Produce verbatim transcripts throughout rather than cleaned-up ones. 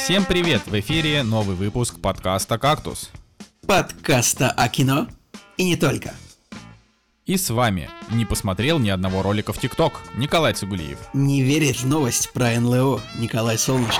Всем привет! В эфире новый выпуск подкаста «Кактус». Подкаста о кино и не только. И с вами не посмотрел ни одного ролика в ТикТок Николай Цугулиев. Не верит в новость про эн эл о Николай Солнышко.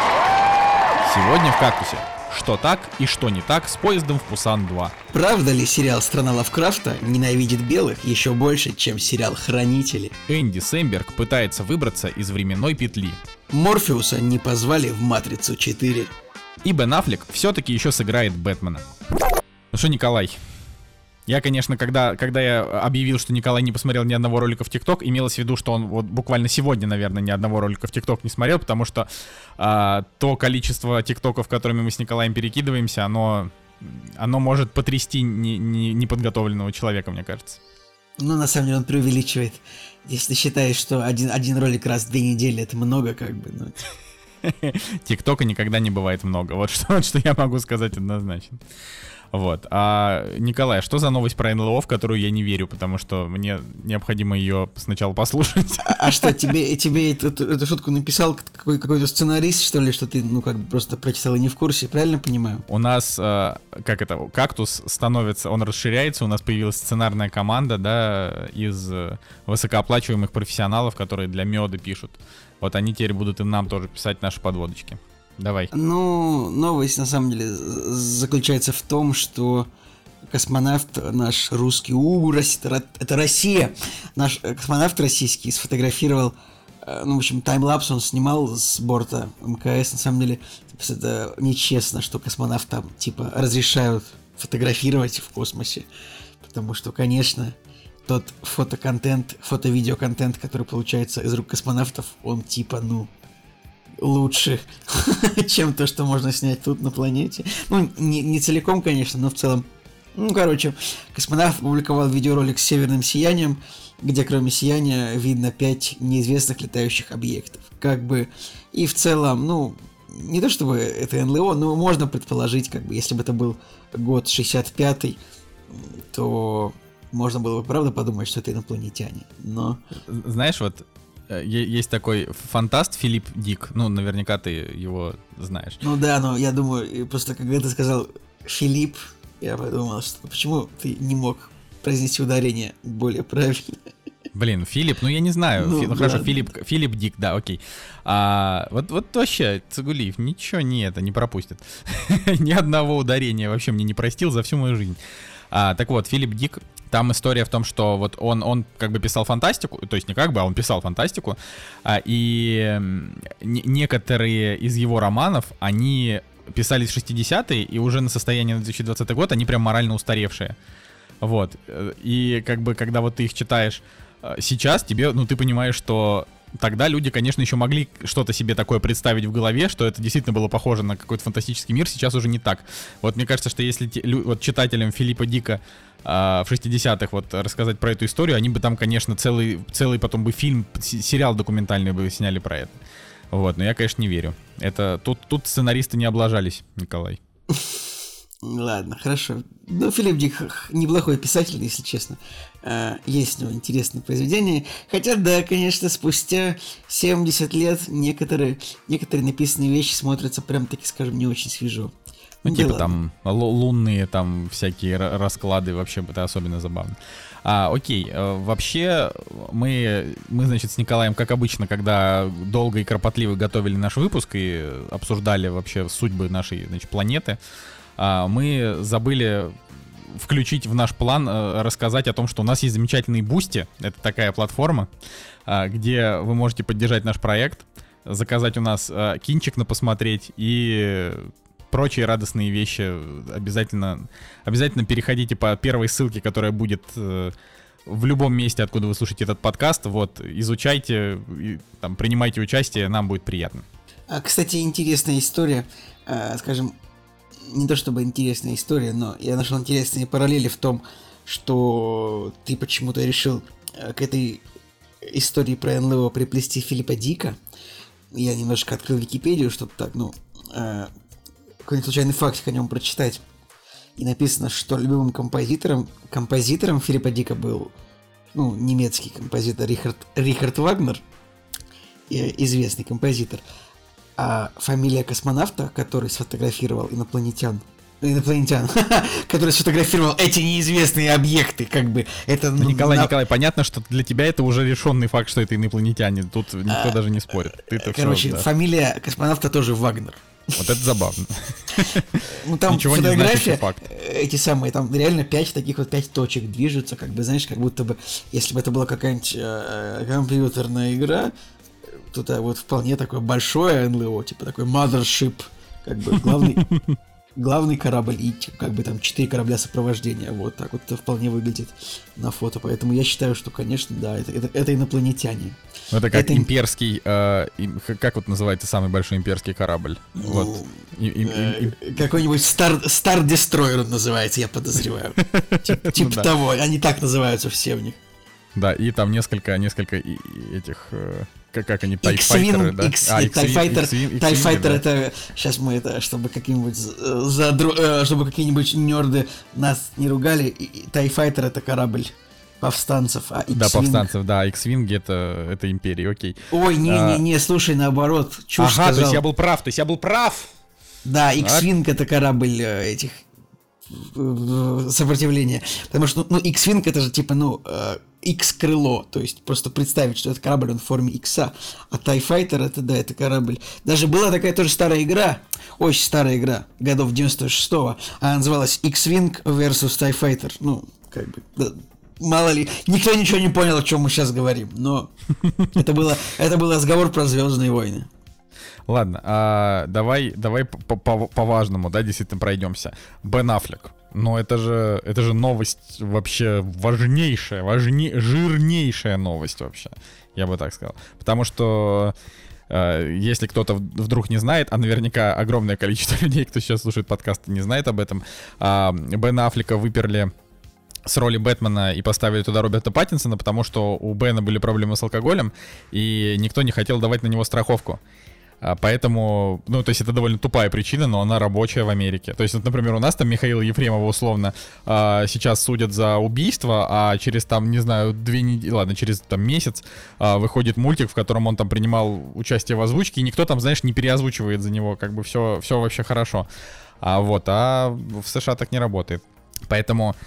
Сегодня в «Кактусе». Что так и что не так с поездом в Пусан два. Правда ли сериал «Страна Лавкрафта» ненавидит белых еще больше, чем сериал «Хранители»? Энди Сэмберг пытается выбраться из временной петли. Морфеуса не позвали в «Матрицу четыре». И Бен Аффлек все-таки еще сыграет Бэтмена. Ну что, Николай? Я, конечно, когда, когда я объявил, что Николай не посмотрел ни одного ролика в ТикТок, имелось в виду, что он вот буквально сегодня, наверное, ни одного ролика в ТикТок не смотрел, потому что а, то количество ТикТоков, которыми мы с Николаем перекидываемся, оно, оно может потрясти не, не, неподготовленного человека, мне кажется. Ну, на самом деле, он преувеличивает. Если считаешь, что один, один ролик раз в две недели — это много, как бы, ну... ТикТока никогда не бывает много, вот что, вот что я могу сказать однозначно. Вот. А, Николай, что за новость про эн эл о, в которую я не верю, потому что мне необходимо ее сначала послушать. А, а что, тебе, тебе эту, эту шутку написал какой, какой-то сценарист, что ли, что ты, ну, как бы просто прочитал и не в курсе, правильно понимаю? У нас, э, как это, «Кактус» становится, он расширяется, у нас появилась сценарная команда, да, из высокооплачиваемых профессионалов, которые для меда пишут. Вот они теперь будут и нам тоже писать наши подводочки. Давай. Ну, новость на самом деле заключается в том, что космонавт наш русский, у, это Россия, наш космонавт российский сфотографировал, ну, в общем, таймлапс он снимал с борта эм ка эс. На самом деле, это нечестно, что космонавтам, типа, разрешают фотографировать в космосе, потому что, конечно, тот фотоконтент, фото-видеоконтент, который получается из рук космонавтов, он, типа, ну... лучше, чем то, что можно снять тут на планете. Ну, не, не целиком, конечно, но в целом. Ну, короче, космонавт опубликовал видеоролик с северным сиянием, где кроме сияния видно пять неизвестных летающих объектов. Как бы, и в целом, ну, не то чтобы это эн эл о, но можно предположить, как бы, если бы это был год шестьдесят пятый, то можно было бы, правда, подумать, что это инопланетяне. Но... Знаешь, вот есть такой фантаст Филипп Дик, ну, наверняка ты его знаешь. Ну да, но я думаю, просто когда ты сказал Филипп, я подумал, что почему ты не мог произнести ударение более правильно. Блин, Филипп, ну я не знаю. Ну, Фи, ну хорошо, Филипп, Филипп Дик, да, окей. А, вот, вот вообще, Цугулиев, ничего не это, не пропустит. Ни одного ударения вообще мне не простил за всю мою жизнь. А, так вот, Филипп Дик, там история в том, что вот он, он как бы писал фантастику, то есть не как бы, а он писал фантастику, а, и н- некоторые из его романов, они писались в шестидесятые, и уже на состояние на две тысячи двадцатый год они прям морально устаревшие. Вот. И как бы, когда вот ты их читаешь сейчас, тебе, ну, ты понимаешь, что тогда люди, конечно, еще могли что-то себе такое представить в голове, что это действительно было похоже на какой-то фантастический мир, сейчас уже не так. Вот мне кажется, что если те, лю, вот читателям Филиппа Дика э, в шестидесятых вот рассказать про эту историю, они бы там, конечно, целый, целый потом бы фильм, сериал документальный бы сняли про это. Вот, но я, конечно, не верю. Это тут, тут сценаристы не облажались, Николай. Ладно, хорошо. Ну, Филипп Дик неплохой писатель, если честно. Есть у него интересные произведения. Хотя, да, конечно, спустя семьдесят лет некоторые, некоторые написанные вещи смотрятся прям таки, скажем, не очень свежо. Ну, да типа ладно. там л- лунные там всякие р- расклады, вообще это особенно забавно. А, окей, э, вообще мы, мы, значит, с Николаем, как обычно, когда долго и кропотливо готовили наш выпуск и обсуждали вообще судьбы нашей, значит, планеты, э, мы забыли включить в наш план э, рассказать о том, что у нас есть замечательный Boosty, это такая платформа, э, где вы можете поддержать наш проект, заказать у нас э, кинчик на посмотреть и... прочие радостные вещи. Обязательно, обязательно переходите по первой ссылке, которая будет э, в любом месте, откуда вы слушаете этот подкаст. Вот, изучайте, и, там, принимайте участие, нам будет приятно. А, кстати, интересная история. А, скажем, не то чтобы интересная история, но я нашел интересные параллели в том, что ты почему-то решил а, к этой истории про эн эл о приплести Филиппа Дика. Я немножко открыл Википедию, чтобы так, ну... А, какой-нибудь случайный фактик о нем прочитать. И написано, что любимым композитором, композитором Филиппа Дика был, ну, немецкий композитор Рихард, Рихард Вагнер, известный композитор. А фамилия космонавта, который сфотографировал инопланетян, инопланетян, который сфотографировал эти неизвестные объекты, как бы, это... Ну, Николай, на... Николай, понятно, что для тебя это уже решенный факт, что это инопланетяне, тут никто а, даже не спорит. Ты-то короче, все, да. Фамилия космонавта тоже Вагнер. Вот это забавно. Ну там ничего фотография, эти самые, там реально пять таких вот пять точек движутся, как бы, знаешь, как будто бы, если бы это была какая-нибудь э, компьютерная игра, то это вот вполне такое большое эн эл о, типа такой mothership, как бы главный, главный корабль и как бы там четыре корабля сопровождения, вот так вот это вполне выглядит на фото, поэтому я считаю, что, конечно, да, это, это, это инопланетяне. Это как это... имперский, э, как вот называется самый большой имперский корабль? Ну, вот. И, и, и, и... Какой-нибудь Star, Star Destroyer он называется, я подозреваю. Типа того, они так называются все у них. Да, и там несколько, несколько этих, как, как они, тайфайтеры, да? Тайфайтер, это, сейчас мы это, чтобы какие-нибудь, задру, чтобы какие-нибудь нерды нас не ругали, тайфайтер это корабль повстанцев, а X-Wing... Да, повстанцев, да, X-Wing это, это империя, окей. Ой, не-не-не, а... слушай, наоборот, чушь ага, сказал. то есть я был прав, то есть я был прав! Да, X-Wing а... это корабль этих сопротивления, потому что, ну, X-Wing это же типа, ну, X-крыло, то есть просто представить, что это корабль, он в форме X-а, а TIE Fighter это, да, это корабль. Даже была такая тоже старая игра, очень старая игра, годов девяносто шестого, она называлась X-Wing versus TIE Fighter, ну, как бы, да, мало ли, никто ничего не понял, о чем мы сейчас говорим, но это было, это был разговор про Звездные войны. Ладно, а давай, давай по важному, да, действительно пройдемся. Бен Аффлек. Но это же, это же новость вообще важнейшая, важней, жирнейшая новость вообще, я бы так сказал. Потому что э, если кто-то вдруг не знает, а наверняка огромное количество людей, кто сейчас слушает подкаст, не знает об этом, э, Бена Аффлека выперли с роли Бэтмена и поставили туда Роберта Паттинсона, потому что у Бена были проблемы с алкоголем, и никто не хотел давать на него страховку. Поэтому, ну, то есть это довольно тупая причина, но она рабочая в Америке. То есть, вот, например, у нас там Михаила Ефремова условно а, сейчас судят за убийство, а через там, не знаю, две недели, ладно, через там месяц а, выходит мультик, в котором он там принимал участие в озвучке, и никто там, знаешь, не переозвучивает за него, как бы все, все вообще хорошо. А вот, а в США так не работает. Поэтому...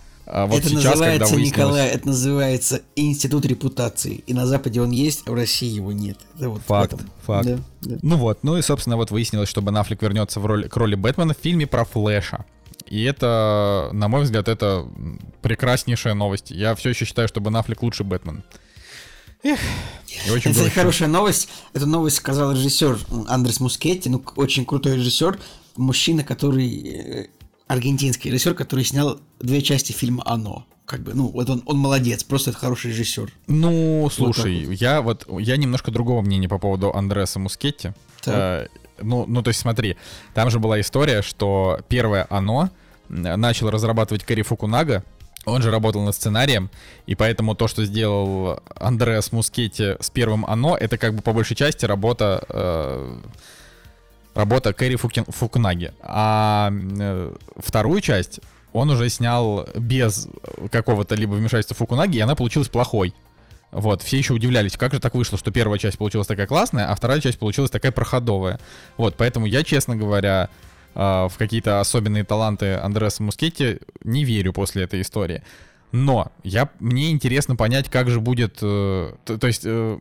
А вот это сейчас, называется, выяснилось... Николай, это называется институт репутации. И на Западе он есть, а в России его нет. Это вот факт, факт. Да, да. Ну вот, ну и, собственно, вот выяснилось, что Бен Аффлек вернется в роли, к роли Бэтмена в фильме про Флэша. И это, на мой взгляд, это прекраснейшая новость. Я все еще считаю, что Бен Аффлек лучший Бэтмен. Эх, это, кстати, хорошая новость. Эту новость сказал режиссер Андрес Мускетти, ну, очень крутой режиссер, мужчина, который... аргентинский режиссер, который снял две части фильма «Оно». Как бы, ну, вот он, он молодец, просто это хороший режиссер. Ну, слушай, вот вот. я вот, я немножко другого мнения по поводу Андреса Мускетти. Э, ну, ну, то есть смотри, там же была история, что первое «Оно» начал разрабатывать Кэри Фукунага, он же работал над сценарием, и поэтому то, что сделал Андреас Мускетти с первым «Оно», это как бы по большей части работа... Э, Работа Кэри Фуки... Фукунаги. А э, вторую часть он уже снял без какого-то либо вмешательства Фукунаги, и она получилась плохой. Вот, все еще удивлялись, как же так вышло, что первая часть получилась такая классная, а вторая часть получилась такая проходовая. Вот, поэтому я, честно говоря, э, в какие-то особенные таланты Андреса Мускетти не верю после этой истории. Но я, мне интересно понять, как же будет... Э, то, то есть... Э,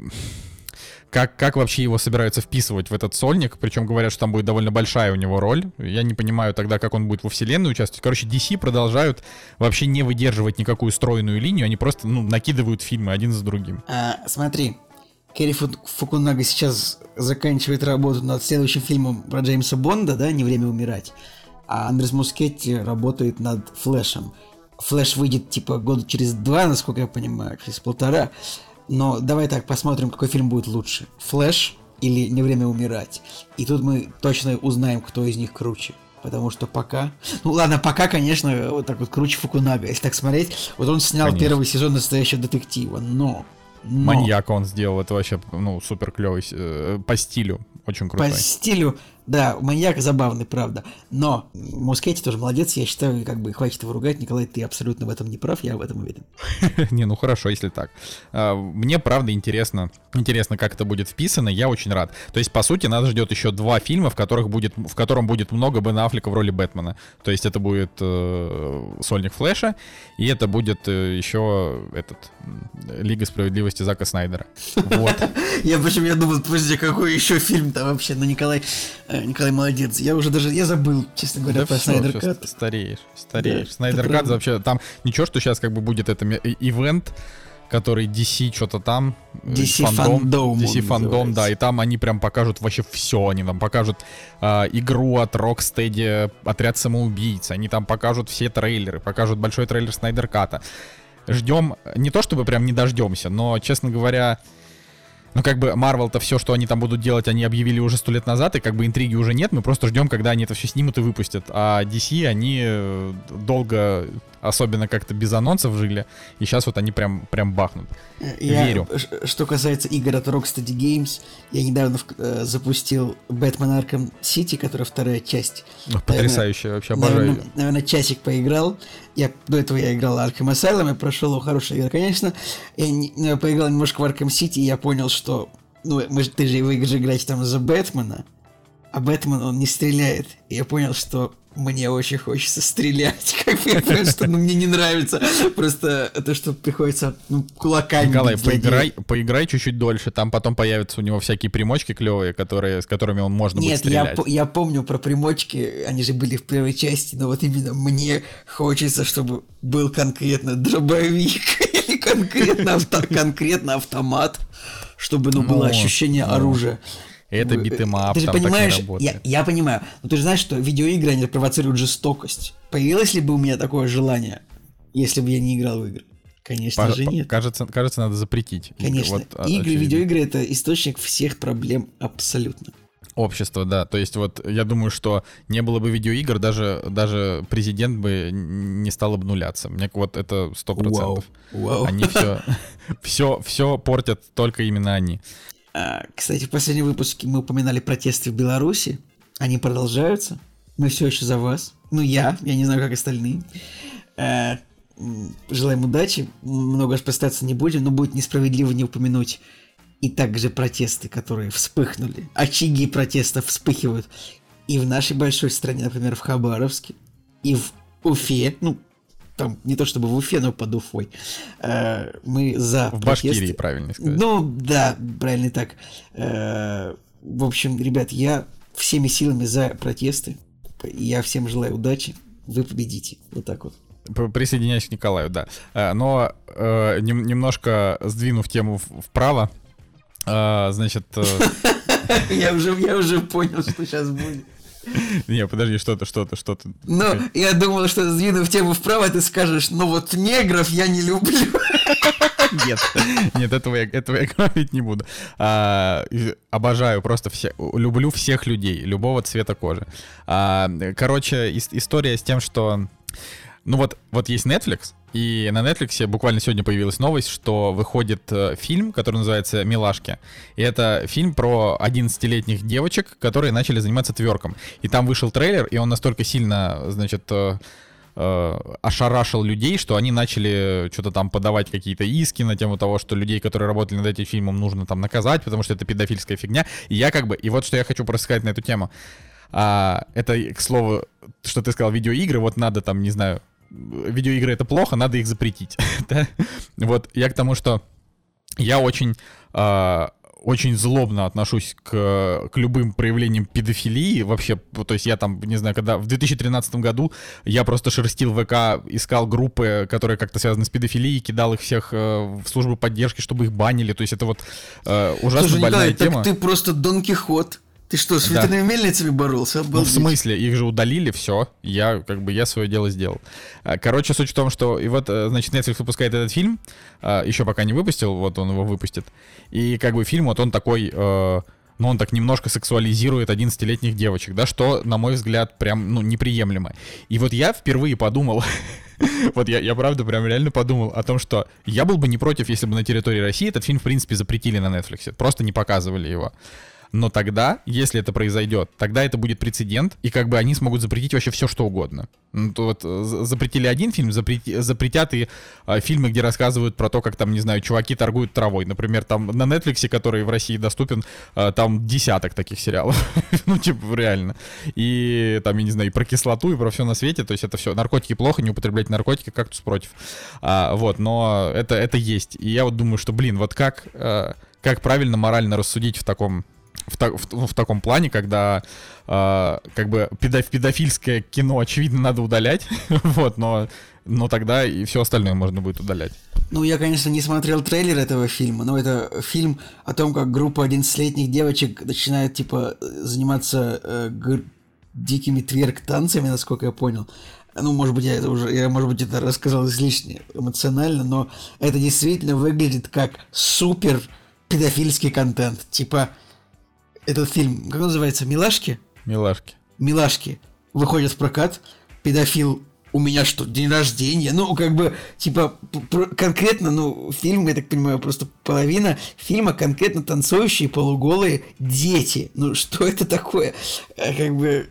Как, как вообще его собираются вписывать в этот сольник? Причем говорят, что там будет довольно большая у него роль. Я не понимаю тогда, как он будет во вселенной участвовать. Короче, ди си продолжают вообще не выдерживать никакую стройную линию. Они просто, ну, накидывают фильмы один за другим. А, смотри, Кэри Фукунага сейчас заканчивает работу над следующим фильмом про Джеймса Бонда, да, «Не время умирать». А Андрес Мускетти работает над Флэшем. Флэш выйдет, типа, года через два, насколько я понимаю, через полтора. Но давай так, посмотрим, какой фильм будет лучше. «Флэш» или «Не время умирать». И тут мы точно узнаем, кто из них круче. Потому что пока... Ну ладно, пока, конечно, вот так вот круче Фукунага. Если так смотреть, вот он снял конечно. Первый сезон «Настоящего детектива», но... но... Маньяка он сделал, это вообще, ну, супер клевый, э, по стилю, очень крутой. По стилю, Да, маньяк забавный, правда. Но Мускетти тоже молодец, я считаю, как бы хватит его ругать. Николай, ты абсолютно в этом не прав, я в этом уверен. Не, ну хорошо, если так. Мне, правда, интересно, интересно, как это будет вписано, я очень рад. То есть, по сути, нас ждет еще два фильма, в которых будет, в котором будет много Бена Аффлека в роли Бэтмена. То есть, это будет э, Сольник Флэша, и это будет э, еще этот Лига справедливости Зака Снайдера. Вот. Я почему я думал, подожди, какой еще фильм-то вообще? Ну, Николай, Николай молодец. Я уже даже, я забыл, честно говоря, да про все, Снайдер все, Кат. Стареешь, стареешь. Да, Снайдер Кат вообще, там ничего, что сейчас как бы будет это ивент, который ди си что-то там. ди си Fandom. ди си Fandom, да, и там они прям покажут вообще все. Они там покажут э, игру от Rocksteady, Отряд самоубийц. Они там покажут все трейлеры, покажут большой трейлер Снайдер Ката. Ждем, не то чтобы прям не дождемся, но, честно говоря, ну, как бы, Marvel-то все, что они там будут делать, они объявили уже сто лет назад, и как бы интриги уже нет, мы просто ждем, когда они это все снимут и выпустят. А ди си, они долго, особенно как-то без анонсов жили, и сейчас вот они прям, прям бахнут. Я, Верю. Что касается игр от Rocksteady Games, я недавно э, запустил Batman Arkham City, которая вторая часть. Потрясающе, вообще обожаю. Наверное, наверное, часик поиграл. Я, до этого я играл Arkham Asylum, и прошел его, хорошая игра, конечно. Я, не, я поиграл немножко в Arkham City, и я понял, что... Ну, мы, ты же, вы же играете там за Бэтмена, а Бэтмен, он не стреляет. И я понял, что мне очень хочется стрелять. Как бы я понял, что ну, мне не нравится просто то, что приходится ну, кулаками. Николай, поиграй, поиграй чуть-чуть дольше, там потом появятся у него всякие примочки клевые, которые, с которыми он можно Нет, будет стрелять. Нет, я, я помню про примочки, они же были в первой части, но вот именно мне хочется, чтобы был конкретно дробовик или конкретно, авто, конкретно автомат, чтобы ну, было ну, ощущение ну. оружия. Это битэмап, ты же там понимаешь, так не работает. Я, я понимаю, но ты же знаешь, что видеоигры, они провоцируют жестокость. Появилось ли бы у меня такое желание, если бы я не играл в игры? Конечно по, же нет. Кажется, кажется, надо запретить. Конечно, вот, игры, очевидно. Видеоигры — это источник всех проблем абсолютно. Общество, да. То есть вот я думаю, что не было бы видеоигр, даже, даже президент бы не стал обнуляться. Мне вот это сто процентов. Вау. Вау. Они все, все, все портят только именно они. Кстати, в последнем выпуске мы упоминали протесты в Беларуси. Они продолжаются. Мы все еще за вас. Ну, я. Я не знаю, как остальные. Желаем удачи. Много распространяться не будем, но будет несправедливо не упомянуть и также протесты, которые вспыхнули. Очаги протестов вспыхивают и в нашей большой стране, например, в Хабаровске, и в Уфе. Ну, там не то чтобы в Уфе, но под Уфой. Э, мы за В протесты. Башкирии, правильно сказать. Ну, да, правильно так. Э, в общем, ребят, я всеми силами за протесты. Я всем желаю удачи. Вы победите. Вот так вот. Присоединяюсь к Николаю, да. Но э, немножко сдвинув тему вправо, э, значит... Э... я, уже, я уже понял, что сейчас будет. Не, подожди, что-то, что-то, что-то. Ну, я думал, что сдвинув тему вправо, ты скажешь, ну вот негров я не люблю. Нет, нет, этого я, этого я говорить не буду. А, обожаю просто все, люблю всех людей, любого цвета кожи. А, короче, ис- история с тем, что, ну вот, вот есть Netflix, и на Netflix буквально сегодня появилась новость, что выходит э, фильм, который называется «Милашки». И это фильм про одиннадцатилетних девочек, которые начали заниматься тверком. И там вышел трейлер, и он настолько сильно, значит... Э, ошарашил людей, что они начали что-то там подавать какие-то иски на тему того, что людей, которые работали над этим фильмом, нужно там наказать, потому что это педофильская фигня. И я как бы... И вот что я хочу просто сказать на эту тему. А, это, к слову, что ты сказал, видеоигры, вот надо там, не знаю... Видеоигры — это плохо, надо их запретить. Да? Вот я к тому, что я очень... А, очень злобно отношусь к, к любым проявлениям педофилии вообще, то есть я там, не знаю, когда в две тысячи тринадцатом году я просто шерстил ВК, искал группы, которые как-то связаны с педофилией, кидал их всех э, в службу поддержки, чтобы их банили, то есть это вот э, ужасно Слушай, больная Николай, тема. Так ты просто Дон Кихот. Ты что, с ветряными да. мельницами боролся? Ну, в смысле? Их же удалили, все. Я, как бы, я свое дело сделал. Короче, суть в том, что... И вот, значит, Netflix выпускает этот фильм. Еще пока не выпустил, вот он его выпустит. И, как бы, фильм, вот он такой... Ну, он так немножко сексуализирует одиннадцатилетних девочек, да, что, на мой взгляд, прям, ну, неприемлемо. И вот я впервые подумал... Вот я, я правда прям реально подумал о том, что я был бы не против, если бы на территории России этот фильм, в принципе, запретили на Netflix. Просто не показывали его. Но тогда, если это произойдет, тогда это будет прецедент, и как бы они смогут запретить вообще все, что угодно. Ну, то вот запретили один фильм, запрети, запретят и а, фильмы, где рассказывают про то, как там, не знаю, чуваки торгуют травой. Например, там на Netflix, который в России доступен, а, там десяток таких сериалов. Ну, типа, реально. И там, я не знаю, и про кислоту, и про все на свете. То есть это все. Наркотики плохо, не употреблять наркотики, кактус против. А, вот, но это, это есть. И я вот думаю, что, блин, вот как, а, как правильно морально рассудить в таком... В, та, в, в таком плане, когда э, как бы педоф, педофильское кино, очевидно, надо удалять, вот, но, но тогда и все остальное можно будет удалять. Ну, я, конечно, не смотрел трейлер этого фильма, но это фильм о том, как группа одиннадцатилетних девочек начинает, типа, заниматься э, г- дикими тверк-танцами, насколько я понял. Ну, может быть, я это уже, я, может быть, это рассказал излишне эмоционально, но это действительно выглядит как супер педофильский контент. Типа, этот фильм, как он называется, «Милашки»? «Милашки». «Милашки» выходят в прокат, педофил, у меня что, день рождения? Ну, как бы, типа, конкретно, ну, фильм, я так понимаю, просто половина фильма конкретно танцующие полуголые дети. Ну, что это такое? Как бы...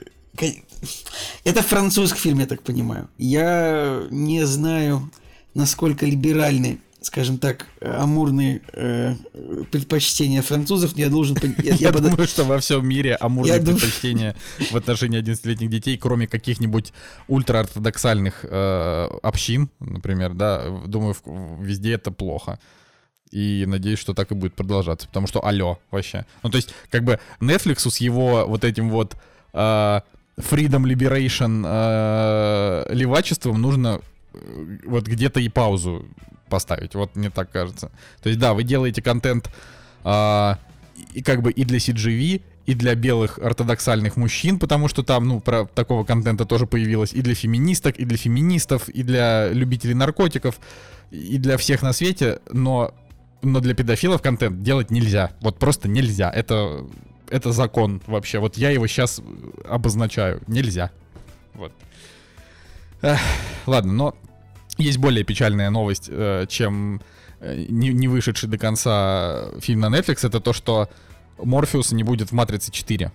Это французский фильм, я так понимаю. Я не знаю, насколько либеральны, скажем так, амурные э, предпочтения французов, но я должен... Я, я, я под... думаю, что во всем мире амурные я предпочтения дум... в отношении одиннадцатилетних детей, кроме каких-нибудь ультраортодоксальных э, общин, например, да, думаю, везде это плохо. И надеюсь, что так и будет продолжаться, потому что алло, вообще. Ну, то есть, как бы, Netflix с его вот этим вот э, Freedom Liberation э, левачеством нужно э, вот где-то и паузу поставить, вот мне так кажется. То есть, да, вы делаете контент а, и как бы и для си джи ви, и для белых ортодоксальных мужчин, потому что там, ну, про такого контента тоже появилось, и для феминисток, и для феминистов, и для любителей наркотиков, и для всех на свете, но, но для педофилов контент делать нельзя. Вот просто нельзя. Это, это закон вообще. Вот я его сейчас обозначаю. Нельзя. Вот. Эх, ладно, но есть более печальная новость, чем не, не вышедший до конца фильм на Netflix. Это то, что Морфеуса не будет в «Матрице четыре».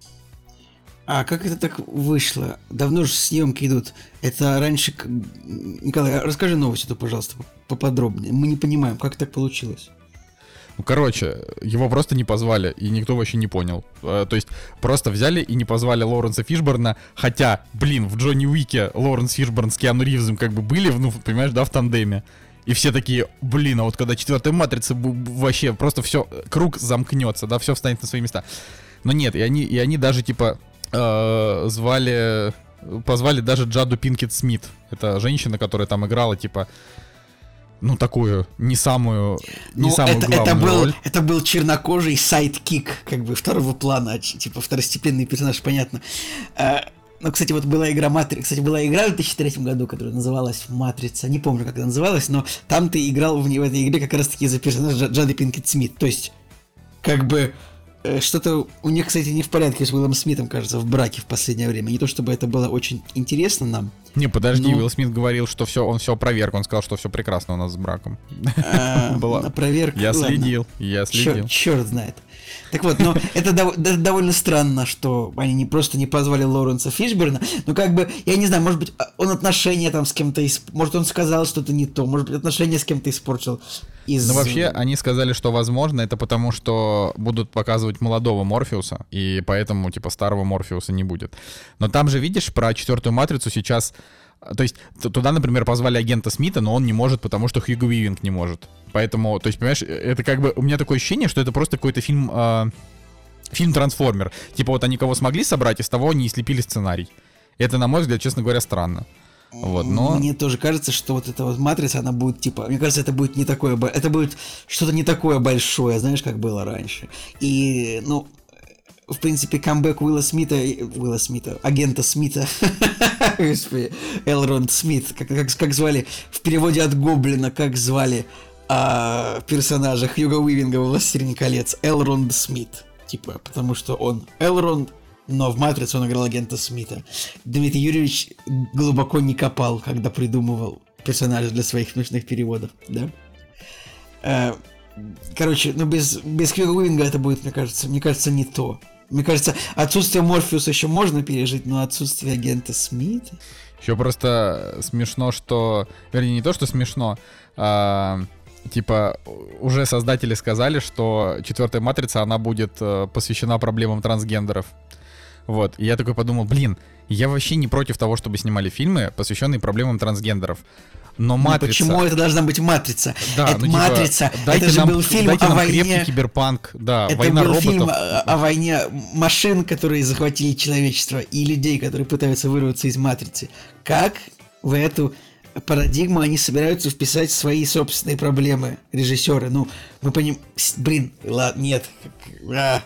А как это так вышло? Давно же съемки идут. Это раньше... Николай, расскажи новость эту, пожалуйста, поподробнее. Мы не понимаем, как так получилось. Ну, короче, его просто не позвали, и никто вообще не понял. То есть просто взяли и не позвали Лоуренса Фишборна, хотя, блин, в Джонни Уике Лоуренс Фишборн с Киану Ривзом как бы были, ну, понимаешь, да, в тандеме. И все такие, блин, а вот когда четвертая матрица вообще просто все, круг замкнется, да, все встанет на свои места. Но нет, и они, и они даже, типа, э, звали, позвали даже Джаду Пинкет Смит. Это женщина, которая там играла, типа... Ну, такую, не самую, не ну, самую это, главную это был, роль. Это был чернокожий сайдкик, как бы, второго плана, типа, второстепенный персонаж, понятно. А, ну, кстати, вот была игра Матрица, кстати, была игра в две тысячи третьем году, которая называлась «Матрица», не помню, как она называлась, но там ты играл в, в этой игре как раз-таки за персонажа Джады Пинкет Смит, то есть, как бы... Что-то у них, кстати, не в порядке с Уиллом Смитом, кажется, в браке в последнее время. Не то чтобы это было очень интересно нам. Не, подожди, но... Уилл Смит говорил, что все, он все опроверг. Он сказал, что все прекрасно у нас с браком. Опроверг. Я следил, я следил. Черт знает. Так вот, но это довольно странно, что они не просто не позвали Лоуренса Фишборна. Ну, как бы, я не знаю, может быть, он отношения там с кем-то... Может, он сказал что-то не то. Может быть, отношения с кем-то испортил. Из... Ну, вообще, они сказали, что возможно, это потому, что будут показывать молодого Морфеуса, и поэтому, типа, старого Морфеуса не будет. Но там же, видишь, про четвертую матрицу сейчас... То есть, туда, например, позвали агента Смита, но он не может, потому что Хьюго Уивинг не может. Поэтому, то есть, понимаешь, это как бы... У меня такое ощущение, что это просто какой-то фильм... Э, фильм-трансформер. Типа, вот они кого смогли собрать, из того они и слепили сценарий. Это, на мой взгляд, честно говоря, странно. Вот, но... Мне тоже кажется, что вот эта вот матрица, она будет типа, мне кажется, это будет не такое, это будет что-то не такое большое, знаешь, как было раньше. И, ну, в принципе, камбэк Уилла Смита, Уилла Смита, агента Смита, Элронд Смит, как, как, как звали, в переводе от Гоблина, как звали а, персонажа Хьюго Уивинга в «Властелине колец», Элронд Смит, типа, потому что он Элронд, но в «Матрице» он играл агента Смита. Дмитрий Юрьевич глубоко не копал, когда придумывал персонажа для своих смешных переводов, да? короче, ну без, без Квиллинга это будет, мне кажется, мне кажется, не то. Мне кажется, отсутствие Морфеуса еще можно пережить, но отсутствие агента Смита... Еще просто смешно, что... Вернее, не то, что смешно, а... Типа, уже создатели сказали, что четвертая матрица, она будет э, посвящена проблемам трансгендеров. Вот. И я такой подумал, блин, я вообще не против того, чтобы снимали фильмы, посвященные проблемам трансгендеров. Но матрица... Но почему это должна быть матрица? Да, это ну, типа, матрица. Дайте это же нам, был фильм дайте о нам войне. крепкий киберпанк. Да, это война был роботов. фильм о, о войне машин, которые захватили человечество, и людей, которые пытаются вырваться из матрицы. Как в эту парадигму они собираются вписать свои собственные проблемы, режиссеры? Ну, мы понимаем... Блин, ладно, нет. А.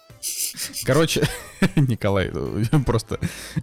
Короче, Николай просто...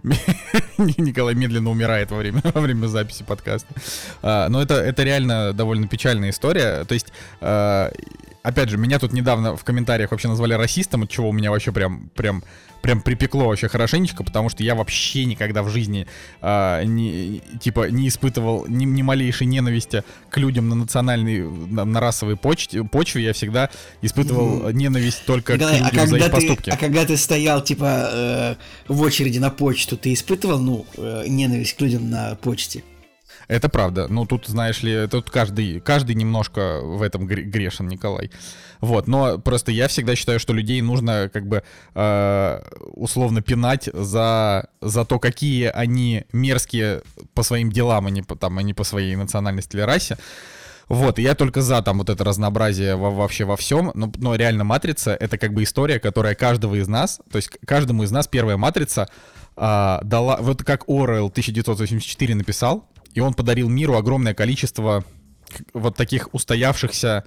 Николай медленно умирает во время, во время записи подкаста. А, но это, это реально довольно печальная история. То есть... А, опять же, меня тут недавно в комментариях вообще назвали расистом, от чего у меня вообще прям, прям, прям припекло вообще хорошенечко, потому что я вообще никогда в жизни э, не, типа, не испытывал ни, ни малейшей ненависти к людям на национальной, на, на расовой почте, почве. Я всегда испытывал mm-hmm. ненависть только когда, к людям а за их ты, поступки. А когда ты стоял, типа, э, в очереди на почту, ты испытывал, ну, э, ненависть к людям на почте? Это правда. Ну, тут, знаешь ли, тут каждый, каждый немножко в этом грешен, Николай. Вот, но просто я всегда считаю, что людей нужно как бы э, условно пинать за, за то, какие они мерзкие по своим делам, а не по, там, а не по своей национальности или расе. Вот, и я только за там вот это разнообразие во, вообще во всем, но, но реально «Матрица» — это как бы история, которая каждого из нас, то есть каждому из нас первая «Матрица» э, дала, вот как Оруэлл тысяча девятьсот восемьдесят четыре написал, и он подарил миру огромное количество вот таких устоявшихся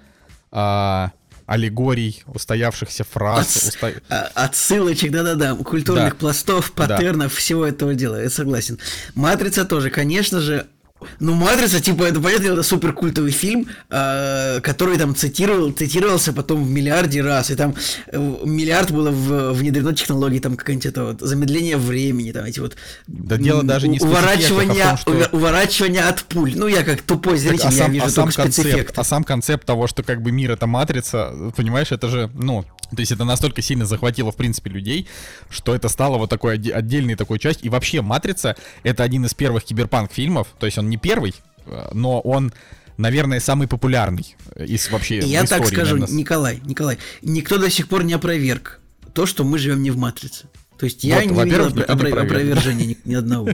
а, аллегорий, устоявшихся фраз. От, уста... Отсылочек, да-да-да, культурных да. пластов, паттернов, да. Всего этого дела, я согласен. «Матрица» тоже, конечно же. Ну, «Матрица», типа, это, понятно, это супер культовый фильм, э, который там цитировал, цитировался потом в миллиарде раз, и там э, миллиард было в, внедрено технологий, там какое-нибудь это вот замедление времени, там эти вот да дело даже не уворачивание, а в том, что... уворачивание от пуль. Ну, я как тупой зритель, так, а сам, я вижу а только спецэффекты. А сам концепт того, что как бы мир — это матрица, понимаешь, это же, ну... То есть это настолько сильно захватило, в принципе, людей, что это стало вот такой отдельной такой частью. И вообще «Матрица» — это один из первых киберпанк-фильмов. То есть он не первый, но он, наверное, самый популярный из вообще И я истории, так скажу, наверное. Николай, Николай, никто до сих пор не опроверг то, что мы живем не в «Матрице». То есть я вот, не видел опро- опро- опровержения ни, ни одного.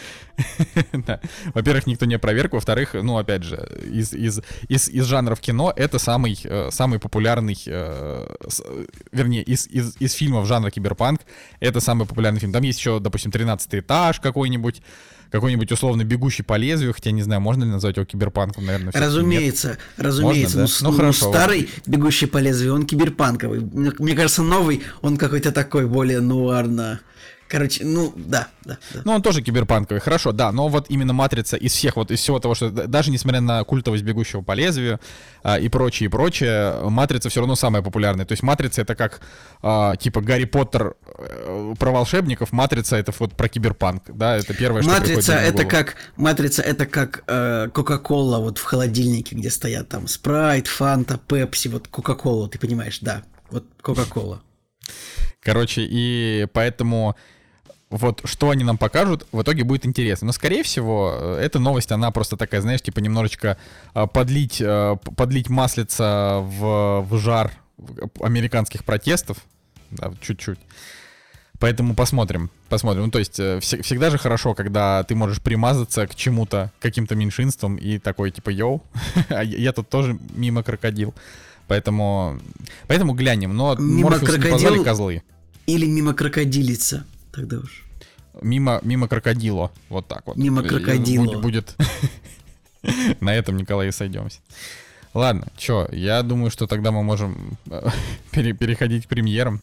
Да. Во-первых, никто не опроверг. Во-вторых, ну, опять же, из, из, из, из жанров кино это самый, э, самый популярный, э, с, вернее, из, из, из фильмов жанра киберпанк это самый популярный фильм. Там есть еще, допустим, «тринадцатый этаж» какой-нибудь, какой-нибудь условно «Бегущий по лезвию», хотя не знаю, можно ли назвать его киберпанком, наверное. Разумеется, нет. разумеется. Можно, да? Ну, ну, хорошо, старый вот. «Бегущий по лезвию», он киберпанковый. Мне кажется, новый, он какой-то такой более нуарно. Короче, ну, да, да, да. Ну, он тоже киберпанковый, хорошо, да, но вот именно «Матрица» из всех, вот из всего того, что, даже несмотря на культовость «Бегущего по лезвию» а, и прочее, и прочее, «Матрица» все равно самая популярная. То есть «Матрица» — это как, а, типа, Гарри Поттер э, про волшебников, «Матрица» — это вот про киберпанк, да, это первое, что «Матрица» приходит это как, «Матрица» — это как э, Кока-Кола вот в холодильнике, где стоят там Спрайт, Фанта, Пепси, вот Кока-Кола, ты понимаешь, да, вот Кока-Кола. Короче, и поэтому... Вот что они нам покажут, в итоге будет интересно. Но, скорее всего, эта новость, она просто такая, знаешь, типа немножечко подлить, подлить маслица в, в жар американских протестов. Да, чуть-чуть. Поэтому посмотрим, посмотрим. Ну, то есть вс- всегда же хорошо, когда ты можешь примазаться к чему-то, к каким-то меньшинствам и такой, типа, йоу, я тут тоже мимо крокодил. Поэтому, поэтому глянем. Но Морфеусу не позвали козлы. Или мимо крокодилица. Тогда уж. Мимо, мимо крокодило. Вот так вот. Мимо крокодило. Будет. На этом, Николай, и сойдемся. Ладно, чё, я думаю, что тогда мы можем переходить к премьерам.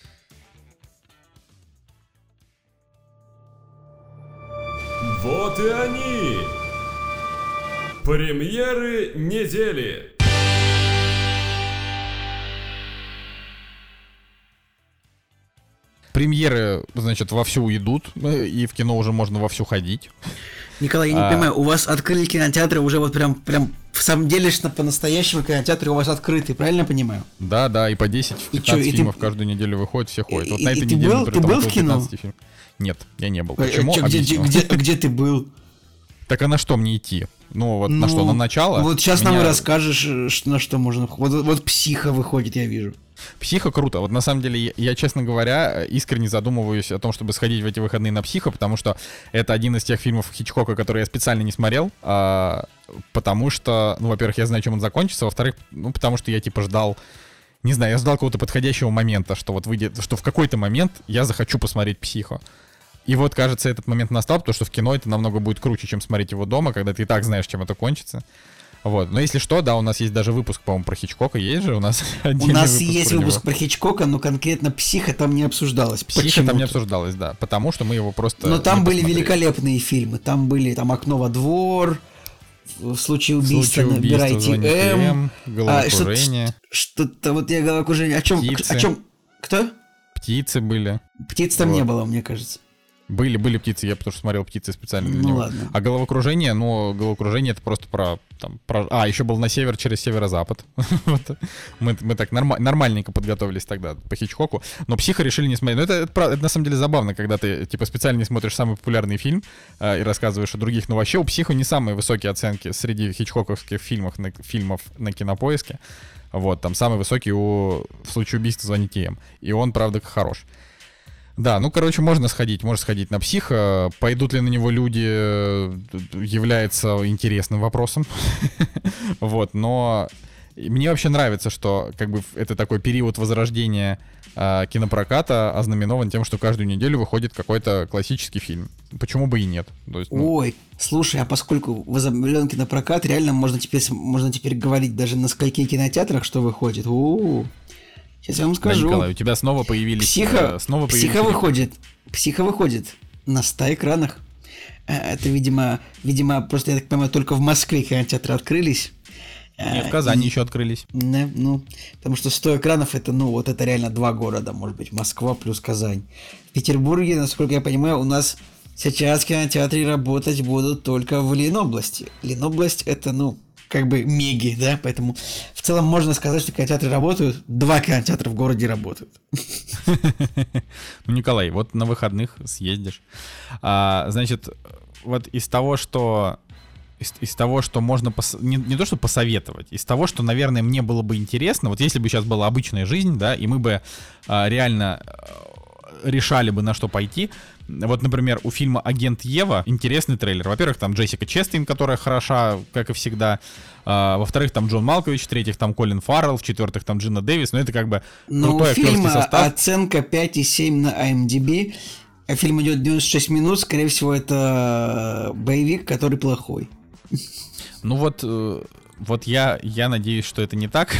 Вот и они! Премьеры недели! Премьеры, значит, вовсю идут, и в кино уже можно вовсю ходить. Николай, я не а... понимаю, у вас открыли кинотеатры уже вот прям, прям в самом деле, что по-настоящему кинотеатры у вас открыты, правильно я понимаю? Да, да, и по десять-пятнадцать фильмов ты... каждую неделю выходит, все ходят. Вот и, на этой ты неделе, был, ты был в кино? Фильм. Нет, я не был. Почему? А, где, где, где, где ты был? Так а на что мне идти? Ну вот ну, на что, на начало? Вот сейчас меня... нам и расскажешь, что, на что можно... Вот, вот «Психо» выходит, я вижу. «Психо» круто. Вот на самом деле, я, я, честно говоря, искренне задумываюсь о том, чтобы сходить в эти выходные на «Психо», потому что это один из тех фильмов Хичкока, которые я специально не смотрел, а, потому что, ну, во-первых, я знаю, чем он закончится, во-вторых, ну, потому что я, типа, ждал, не знаю, я ждал какого-то подходящего момента, что вот выйдет, что в какой-то момент я захочу посмотреть «Психо». И вот, кажется, этот момент настал, потому что в кино это намного будет круче, чем смотреть его дома, когда ты и так знаешь, чем это кончится. Вот. Но если что, да, у нас есть даже выпуск, по-моему, про Хичкока. Есть же у нас отдельный У нас выпуск есть про выпуск него. Про Хичкока, но конкретно «Психо» там не обсуждалось. «Психо» Почему-то. там не обсуждалось, да. Потому что мы его просто Но там были посмотрели. Великолепные фильмы. Там были там «Окно во двор», в случае убийства, в случае набирайте М, головокружение. А, что-то, что-то, вот я головокружение. О чем? Птицы. О чем? Кто? Птицы были. Птиц там вот. Не было, мне кажется. Были, были птицы, я потому что смотрел «Птицы» специально для ну, него. Ладно. А головокружение, ну, головокружение это просто про, там, про... А, еще был «На север через северо-запад». вот. мы, мы так норм... нормальненько подготовились тогда по Хичкоку. Но «Психо» решили не смотреть. Но это, это, это, это на самом деле забавно, когда ты, типа, специально не смотришь самый популярный фильм э, и рассказываешь о других. Но вообще у «Психо» не самые высокие оценки среди хичкоковских фильмов на, фильмов на Кинопоиске. Вот, там самый высокий у... в случае убийства «Звоните М». И он, правда, хорош. Да, ну, короче, можно сходить, можно сходить на «Психо». Пойдут ли на него люди, является интересным вопросом. Вот, но мне вообще нравится, что как бы это такой период возрождения э, кинопроката ознаменован тем, что каждую неделю выходит какой-то классический фильм. Почему бы и нет? То есть, ну... Ой, слушай, а поскольку возобновлен кинопрокат, реально можно теперь, можно теперь говорить даже на скольких кинотеатрах, что выходит. У-у-у. Сейчас я вам скажу. Да, Николай, у тебя снова появились... Психо, э, снова появились психо выходит. Психо выходит на ста экранах. Это, видимо, видимо, просто, я так понимаю, только в Москве кинотеатры открылись. Нет, в Казани и... еще открылись. Да, ну, потому что сто экранов это, ну, вот это реально два города, может быть, Москва плюс Казань. В Петербурге, насколько я понимаю, у нас сейчас кинотеатры работать будут только в Ленобласти. Ленобласть это, ну, как бы меги, да, поэтому в целом можно сказать, что кинотеатры работают, два кинотеатра в городе работают. Ну, Николай, вот на выходных съездишь. А, значит, вот из того, что из, из того, что можно пос... не, не то что посоветовать, из того, что, наверное, мне было бы интересно, вот если бы сейчас была обычная жизнь, да, и мы бы а, реально решали бы, на что пойти. Вот, например, у фильма «Агент Ева» интересный трейлер. Во-первых, там Джессика Честейн, которая хороша, как и всегда. А, во-вторых, там Джон Малкович. В-третьих, там Колин Фаррелл. В-четвертых, там Джина Дэвис. Ну, это как бы крутой актерский состав. У фильма оценка пять и семь на ай эм ди би. Фильм идет девяносто шесть минут. Скорее всего, это боевик, который плохой. Ну вот, вот я, я надеюсь, что это не так.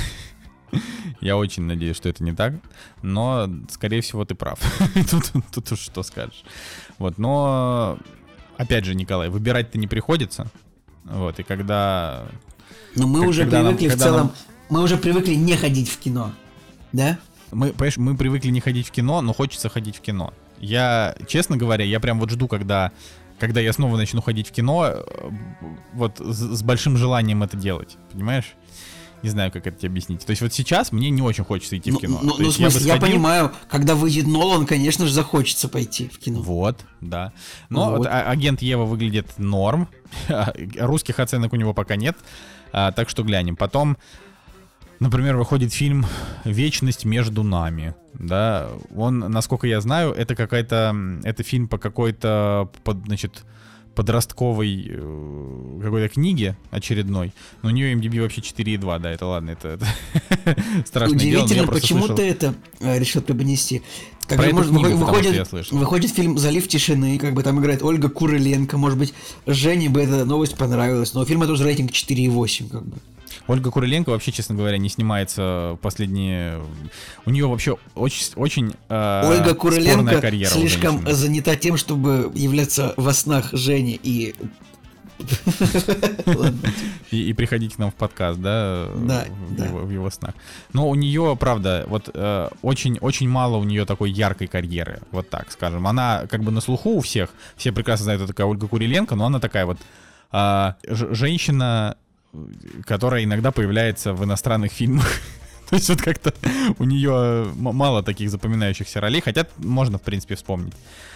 Я очень надеюсь, что это не так, но, скорее всего, ты прав. тут, тут уж что скажешь. Вот, но, опять же, Николай, выбирать-то не приходится. Вот, и когда... Но мы как, уже привыкли нам, в целом... Нам... Мы уже привыкли не ходить в кино, да? Мы, понимаешь, мы привыкли не ходить в кино, но хочется ходить в кино. Я, честно говоря, я прям вот жду, когда... Когда я снова начну ходить в кино, вот с, с большим желанием это делать, понимаешь? Не знаю, как это тебе объяснить. То есть вот сейчас мне не очень хочется идти ну, в кино. Ну, ну в смысле, я, я понимаю, когда выйдет Нолан, конечно же, захочется пойти в кино. Вот, да. Но вот. Вот, а, «Агент Ева» выглядит норм. Русских оценок у него пока нет. А, так что глянем. Потом, например, выходит фильм «Вечность между нами». Да, он, насколько я знаю, это какая-то... Это фильм по какой-то, под, значит... подростковой э, какой-то книге очередной, но у нее эм ди би вообще четыре и два, да, это ладно, это, это страшное дело. Удивительно, почему слышал... ты это э, решил преподнести. Как Про может, книгу, выходит, выходит фильм «Залив тишины», как бы там играет Ольга Куриленко, может быть, Жене бы эта новость понравилась, но у фильма тоже рейтинг четыре и восемь, как бы. Ольга Куриленко вообще, честно говоря, не снимается последние... У нее вообще очень, очень э, Ольга Куриленко карьера слишком занята тем, чтобы являться во снах Жени и И, и приходите к нам в подкаст, да? Да, в, да. Его, в его снах. Но у нее, правда, вот э, очень, очень мало у нее такой яркой карьеры, вот так скажем. Она как бы на слуху у всех, все прекрасно знают, кто такая Ольга Куриленко, но она такая вот э, ж- женщина, которая иногда появляется в иностранных фильмах. То есть вот как-то у нее мало таких запоминающихся ролей, хотя можно, в принципе, вспомнить.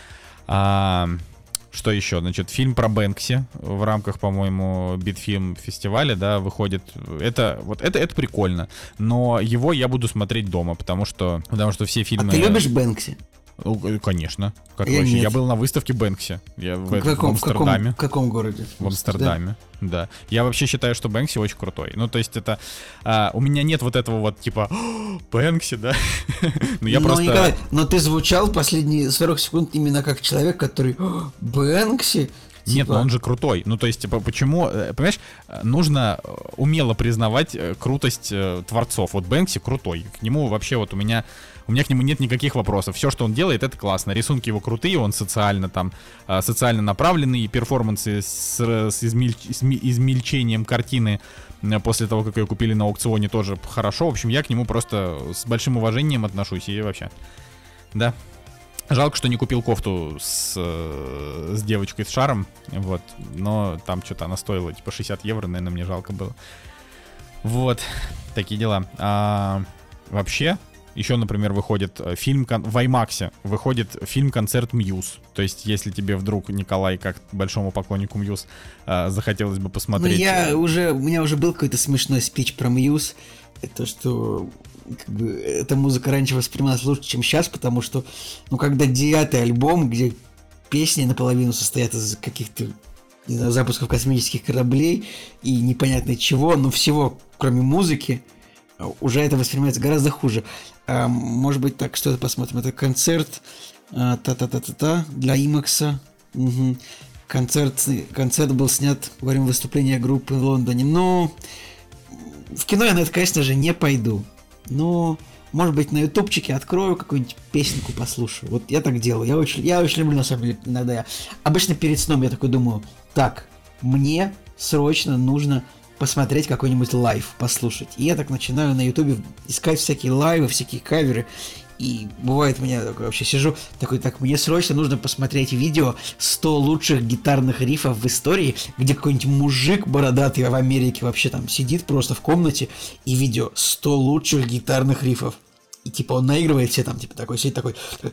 А, что еще? Значит, фильм про Бэнкси в рамках, по-моему, Битфильм фестиваля, да, выходит. Это вот это, это прикольно, но его я буду смотреть дома, потому что, потому что все фильмы... А ты любишь Бэнкси? Ну, конечно. Как Я вообще? нет. Я был на выставке Бэнкси. Я в, В этом, в каком, в каком, Амстердаме. в каком городе? В Амстердаме, да. Я вообще считаю, что Бэнкси очень крутой. Ну, то есть это... А, у меня нет вот этого вот, типа, Бэнкси, да? Ну, я но, просто... Николай, но ты звучал последние сорок секунд именно как человек, который... Бэнкси? Нет, Типа... но он же крутой. Ну, то есть, типа, почему... Понимаешь, нужно умело признавать крутость творцов. Вот Бэнкси крутой. К нему вообще вот у меня... У меня к нему нет никаких вопросов. Все, что он делает, это классно. Рисунки его крутые, он социально там, социально направленный. Перформансы с, с, измель, с измельчением картины после того, как ее купили на аукционе, тоже хорошо. В общем, я к нему просто с большим уважением отношусь. И вообще, да. Жалко, что не купил кофту с, с девочкой с шаром. Вот. Но там что-то она стоила типа шестьдесят евро, наверное, мне жалко было. Вот. Такие дела. А, вообще... Еще, например, выходит фильм в IMAX, выходит фильм-концерт Мьюз. То есть, если тебе вдруг, Николай, как большому поклоннику Мьюз, захотелось бы посмотреть... Ну, я уже... У меня уже был какой-то смешной спич про Мьюз. Это что... Как бы, эта музыка раньше воспринималась лучше, чем сейчас, потому что, ну, когда девятый альбом, где песни наполовину состоят из каких-то, не знаю, запусков космических кораблей и непонятно чего, но всего, кроме музыки, уже это воспринимается гораздо хуже. А, может быть, так, что-то посмотрим. Это концерт а, та-та-та-та-та для Имакса. Угу. Концерт, концерт был снят во время выступления группы в Лондоне. Но в кино я на это, конечно же, не пойду. Но, может быть, на ютубчике открою какую-нибудь песенку, послушаю. Вот я так делаю. Я очень, я очень люблю, на самом деле, иногда я... Обычно перед сном я такой думаю, так, мне срочно нужно... посмотреть какой-нибудь лайв, послушать. И я так начинаю на ютубе искать всякие лайвы, всякие каверы. И бывает, у меня такой, вообще сижу, такой, так, мне срочно нужно посмотреть видео сто лучших гитарных рифов в истории, где какой-нибудь мужик бородатый в Америке вообще там сидит просто в комнате, и видео сто лучших гитарных рифов. И типа он наигрывает все там, типа такой, сидит такой...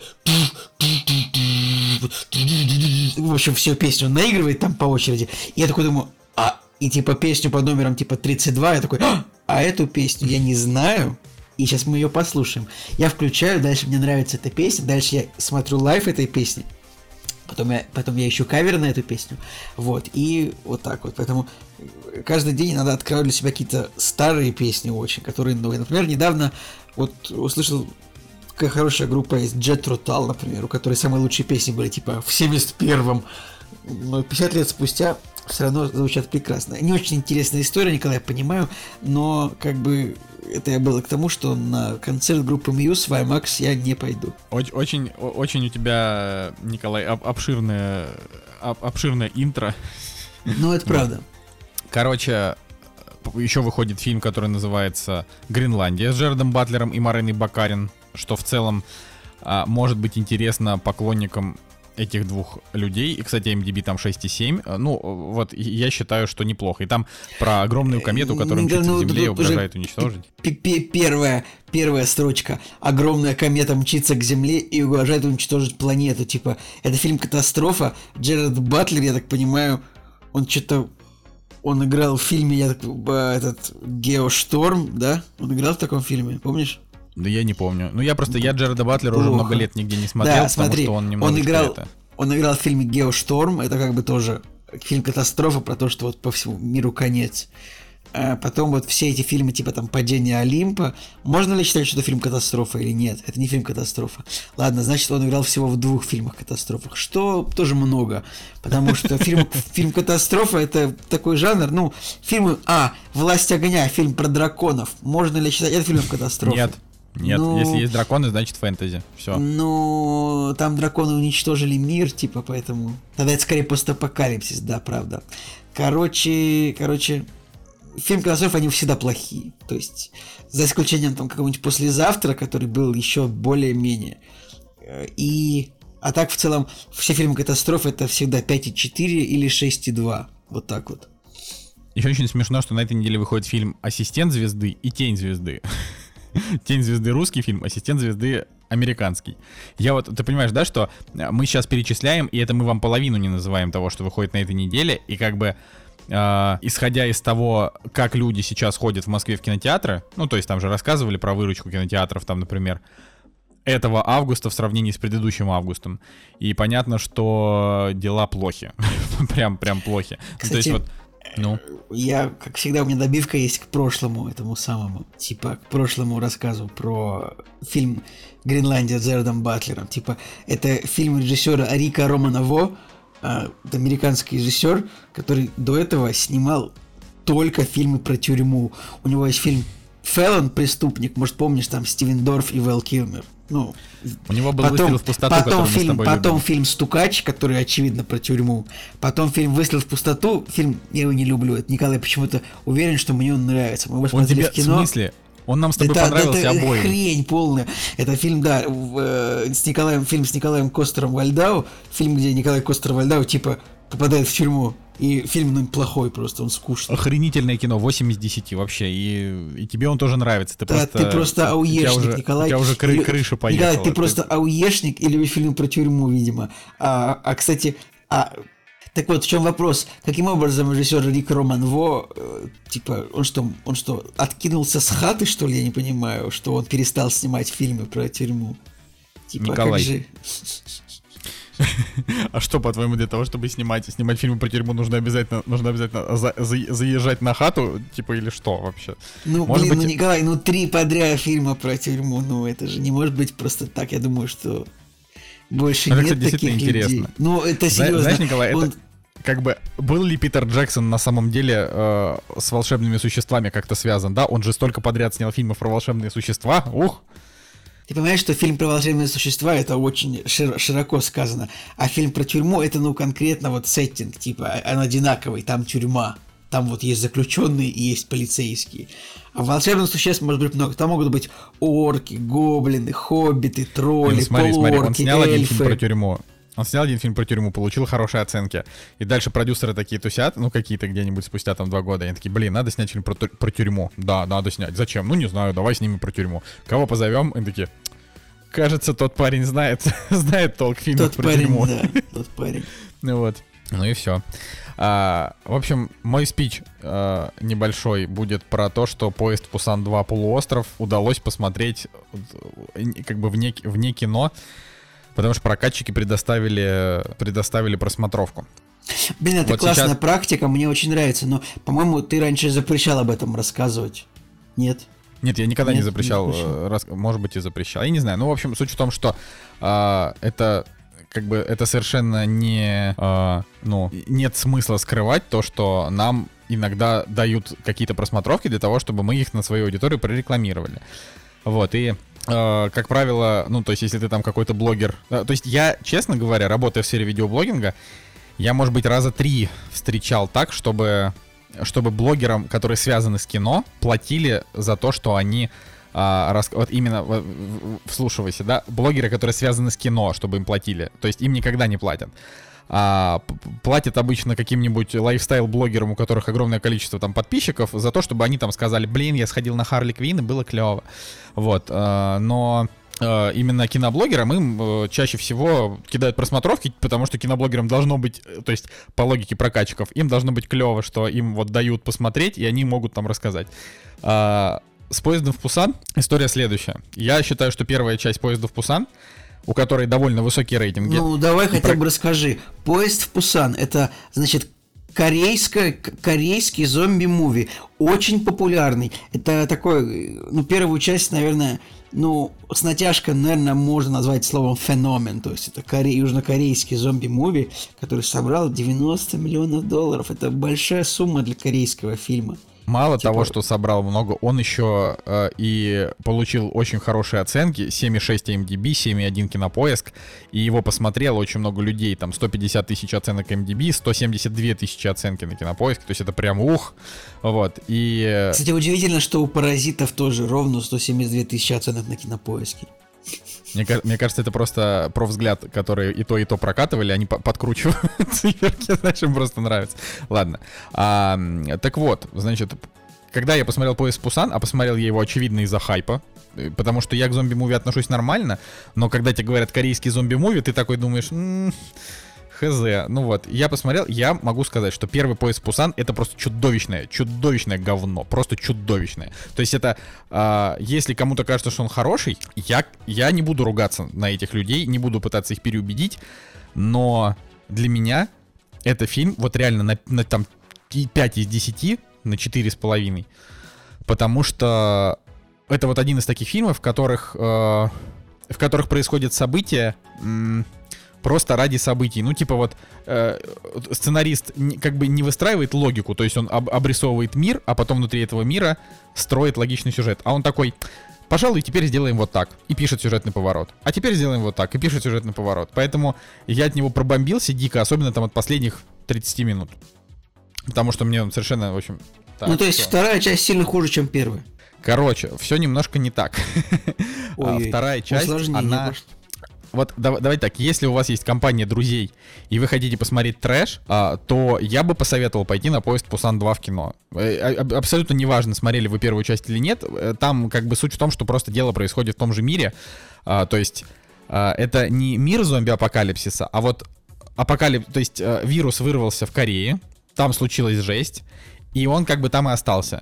В общем, всю песню он наигрывает там по очереди. И я такой думаю, а... И типа песню под номером типа тридцать два, я такой, а, а эту песню я не знаю, и сейчас мы ее послушаем. Я включаю, дальше мне нравится эта песня, дальше я смотрю лайв этой песни, потом я, потом я ищу кавер на эту песню, вот, и вот так вот. Поэтому каждый день надо открывать для себя какие-то старые песни очень, которые новые. Например, недавно вот услышал, какая хорошая группа есть, Jethro Tull, например, у которой самые лучшие песни были типа в семьдесят первом, но пятьдесят лет спустя все равно звучат прекрасно. Не очень интересная история, Николай, я понимаю, но как бы это я было к тому, что на концерт группы Muse в IMAX я не пойду. Очень, очень у тебя, Николай, обширное, обширное интро. Ну, это правда. Короче, еще выходит фильм, который называется «Гренландия» с Джередом Батлером и Мариной Бакарин, что в целом может быть интересно поклонникам этих двух людей. И, кстати, эм ди би там шесть и семь. Ну, вот я считаю, что неплохо. И там про огромную комету, которая мчится к Земле и угрожает уничтожить. Первая, первая строчка. Огромная комета мчится к Земле и угрожает уничтожить планету. Типа, это фильм «Катастрофа». Джеред Батлер, я так понимаю, он что-то... Он играл в фильме, я так... Этот... «Геошторм», да? Он играл в таком фильме, помнишь? Да я не помню. Ну я просто, я Джереда Батлера уже много лет нигде не смотрел, да, потому смотри, что он немного он играл, это. Он играл в фильме «Геошторм», это как бы тоже фильм «Катастрофа», про то, что вот по всему миру конец. А потом вот все эти фильмы типа там «Падение Олимпа». Можно ли считать, что это фильм «Катастрофа» или нет? Это не фильм «Катастрофа». Ладно, значит, он играл всего в двух фильмах «Катастрофах», что тоже много, потому что фильм, фильм «Катастрофа» — это такой жанр, ну, фильмы... А, «Власть огня», фильм про драконов. Можно ли считать это фильмом «Катастрофа»? Нет. Нет, Ну, если есть драконы, значит фэнтези. Все. Ну, там драконы уничтожили мир, типа, поэтому... Тогда это скорее постапокалипсис, да, правда. Короче, короче, фильм катастроф, они всегда плохие. То есть, за исключением там какого-нибудь «Послезавтра», который был еще более-менее. И... А так, в целом, все фильмы катастроф это всегда пять и четыре или шесть и два. Вот так вот. Еще очень смешно, что на этой неделе выходит фильм «Ассистент звезды» и «Тень звезды». «Тень звезды» русский фильм, «Ассистент звезды» американский. Я вот, ты понимаешь, да, что мы сейчас перечисляем, и это мы вам половину не называем того, что выходит на этой неделе, и как бы э, исходя из того, как люди сейчас ходят в Москве в кинотеатры, ну, то есть там же рассказывали про выручку кинотеатров, там, например, этого августа в сравнении с предыдущим августом. И понятно, что дела плохи. прям, прям плохи. Кстати, ну, то есть вот, ну. Я, как всегда, у меня добивка есть к прошлому этому самому. Типа, к прошлому рассказу про фильм «Гренландия» с Джаредом Батлером. Типа, это фильм режиссера Рика Романово, э, американский режиссер, который до этого снимал только фильмы про тюрьму. У него есть фильм «Феллон. Преступник». Может, помнишь, там Стивен Дорф и Вэл Килмер. Ну, у него был потом, «Выстрел в пустоту», потом фильм, мы с тобой потом любим. фильм «Стукач», который, очевидно, про тюрьму. Потом фильм «Выстрел в пустоту». Фильм я его не люблю. Это Николай почему-то уверен, что мне он нравится. Мы его Он смотрели тебе, в кино. в смысле? Он нам с тобой это, понравился это обоим. хрень полная. Это фильм, да, в, э, с Николаем, фильм с Николаем Костером Вальдау. Фильм, где Николай Костер Вальдау, типа, попадает в тюрьму. И фильм, ну, плохой просто, он скучный. Охренительное кино, восемь из десяти вообще. И, и тебе он тоже нравится. Ты Да, просто, ты просто ауешник, у тебя уже, Николай. У тебя уже кры- Или- крыша поехала. Николай, ты ты... просто ауешник и любишь фильмы про тюрьму, видимо. А, а кстати, а, так вот, в чем вопрос? Каким образом режиссер Рик Романово, э, типа, он что, он что, откинулся с хаты, что ли, я не понимаю, что он перестал снимать фильмы про тюрьму? Типа, Николай. как же... А что, по-твоему, для того, чтобы снимать, снимать фильмы про тюрьму, нужно обязательно, нужно обязательно за, за- заезжать на хату, типа, или что вообще? Ну, Может блин, быть- ну, Николай, ну, три подряд фильма про тюрьму, ну, это же не может быть просто так, я думаю, что больше Это, нет кстати, таких действительно людей. интересно. Ну, это Зна- серьезно. Знаешь, Николай, Он- это как бы был ли Питер Джексон на самом деле э, с волшебными существами как-то связан, да? Он же столько подряд снял фильмов про волшебные существа. Ух! Ты понимаешь, что фильм про волшебные существа это очень шир- широко сказано, а фильм про тюрьму это, ну, конкретно вот сеттинг, типа, он одинаковый, там тюрьма, там вот есть заключенные и есть полицейские. А волшебных существ может быть много, там могут быть орки, гоблины, хоббиты, тролли, Ну, смотри, смотри, он полуорки, снял один фильм про эльфы. тюрьму. Он снял один фильм про тюрьму, получил хорошие оценки. И дальше продюсеры такие тусят, ну, какие-то где-нибудь спустя там два года. И они такие, блин, надо снять фильм про, ту- про тюрьму. Да, надо снять. Зачем? Ну, не знаю, давай снимем про тюрьму. Кого позовем? И они такие, кажется, тот парень знает, знает толк в фильмах Тот про парень, тюрьму. да, тот парень. Ну вот. Ну и все. в общем, мой спич а, небольшой будет про то, что «Поезд в Пусан два. Полуостров» удалось посмотреть э, как бы вне, вне кино, потому что прокатчики предоставили, предоставили просмотровку. Блин, это Вот классная сейчас- практика, мне очень нравится, но, по-моему, ты раньше запрещал об этом рассказывать. Нет? Нет, я никогда не Нет, запрещал, не запрещал. э, рас- может быть, и запрещал. Я не знаю. Ну, в общем, суть в том, что а, это как бы это совершенно не, а, ну, нет смысла скрывать то, что нам иногда дают какие-то просмотровки для того, чтобы мы их на свою аудиторию прорекламировали. Вот, и э, как правило, ну, то есть, если ты там какой-то блогер... э, то есть, я, честно говоря, работая в сфере видеоблогинга, я, может быть, раза три встречал так, чтобы, чтобы блогерам, которые связаны с кино, платили за то, что они... а, рас- вот именно, в- в- вслушивайся, да, блогеры, которые связаны с кино, чтобы им платили. То есть, им никогда не платят. А, п- п- платят обычно каким-нибудь лайфстайл-блогерам, у которых огромное количество там подписчиков, за то, чтобы они там сказали, блин, я сходил на Харли Квинн, и было клево. Вот, а, но а, именно киноблогерам им э, чаще всего кидают просмотровки, потому что киноблогерам должно быть, э, то есть по логике прокатчиков, им должно быть клево, что им вот дают посмотреть, и они могут там рассказать. А, с «Поездом в Пусан» история следующая. Я считаю, что первая часть «Поезда в Пусан», у которой довольно высокие рейтинги. Ну, давай хотя Про- бы расскажи. «Поезд в Пусан» — это, значит, корейское, к- корейский зомби-муви. Очень популярный. Это такой, ну, первую часть, наверное, ну, с натяжкой, наверное, можно назвать словом «феномен». То есть это коре- южнокорейский зомби-муви, который собрал девяносто миллионов долларов. Это большая сумма для корейского фильма. Мало Типа- того, что собрал много, он еще э, и получил очень хорошие оценки, семь и шесть эм ди би, семь и один Кинопоиск, и его посмотрело очень много людей, там сто пятьдесят тысяч оценок эм ди би, сто семьдесят две тысячи оценки на Кинопоиске, то есть это прям ух, вот, и... э, Кстати, удивительно, что у «Паразитов» тоже ровно сто семьдесят две тысячи оценок на Кинопоиске. Мне, ка- мне кажется, это просто про взгляд, который и то, и то прокатывали, они по- подкручивают циферки, знаешь, им просто нравится. Ладно. А, м, так вот, значит, когда я посмотрел «Поезд в Пусан», а посмотрел я его, очевидно, из-за хайпа, э, потому что я к зомби-муви отношусь нормально, но когда тебе говорят корейский зомби-муви, ты такой думаешь... «М, хз. Ну вот, я посмотрел, я могу сказать, что первый «Поезд в Пусан» — это просто чудовищное, чудовищное говно, просто чудовищное. То есть это, а, если кому-то кажется, что он хороший, я, я не буду ругаться на этих людей, не буду пытаться их переубедить, но для меня это фильм вот реально на, на там пять из десяти, на четыре с половиной, потому что это вот один из таких фильмов, в которых, э, в которых происходят события... м- просто ради событий. Ну, типа вот э, сценарист не, как бы не выстраивает логику, то есть он об, обрисовывает мир, а потом внутри этого мира строит логичный сюжет. А он такой, пожалуй, теперь сделаем вот так. И пишет сюжетный поворот. А теперь сделаем вот так. И пишет сюжетный поворот. Поэтому я от него пробомбился дико, особенно там от последних тридцати минут. Потому что мне он совершенно, в общем... Так, Ну, то есть всё. вторая часть сильно хуже, чем первая. Короче, все немножко не так. А Ой-ой, Вторая часть, усложнение она... пошло. Вот дав- давайте так, если у вас есть компания друзей, и вы хотите посмотреть трэш, а, то я бы посоветовал пойти на «Поезд в Пусан два» в кино. Э, а- абсолютно неважно, смотрели вы первую часть или нет, э, там как бы суть в том, что просто дело происходит в том же мире, а, то есть а, это не мир зомби-апокалипсиса, а вот апокалип... то есть а, вирус вырвался в Корее, там случилась жесть, и он как бы там и остался.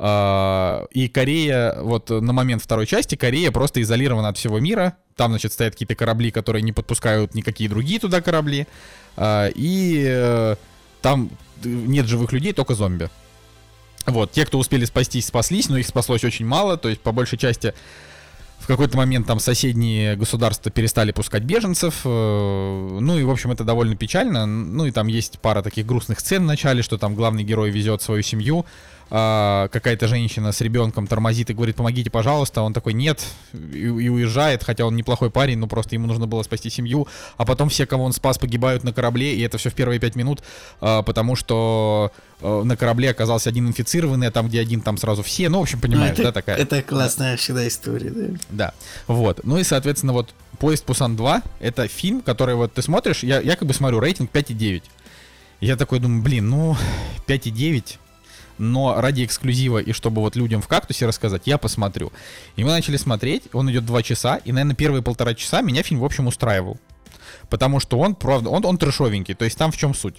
Uh, и Корея, вот на момент второй части, Корея просто изолирована от всего мира. Там, значит, стоят какие-то корабли, которые не подпускают никакие другие туда корабли. Uh, и uh, там нет живых людей, только зомби. Вот, те, кто успели спастись, спаслись, но их спаслось очень мало. То есть, по большей части, в какой-то момент там соседние государства перестали пускать беженцев. Uh, ну и, в общем, это довольно печально. Ну и там есть пара таких грустных сцен в начале, что там главный герой везет свою семью. А, какая-то женщина с ребенком тормозит и говорит, помогите, пожалуйста. Он такой, нет, и, и уезжает, хотя он неплохой парень, но просто ему нужно было спасти семью. А потом все, кого он спас, погибают на корабле, и это все в первые пять минут, а, потому что а, на корабле оказался один инфицированный, а там, где один, там сразу все. Ну, в общем, понимаешь, Ну, это, да, такая? Это классная всегда история, да. Да, вот. Ну и, соответственно, вот «Поезд в Пусан два» — это фильм, который вот ты смотришь, я, я как бы смотрю рейтинг пять и девять. Я такой думаю, блин, ну, пять и девять... но ради эксклюзива и чтобы вот людям в «Кактусе» рассказать, я посмотрю. И мы начали смотреть, он идет два часа, и, наверное, первые полтора часа меня фильм, в общем, устраивал. Потому что он, правда, он, он трэшовенький, то есть там в чем суть?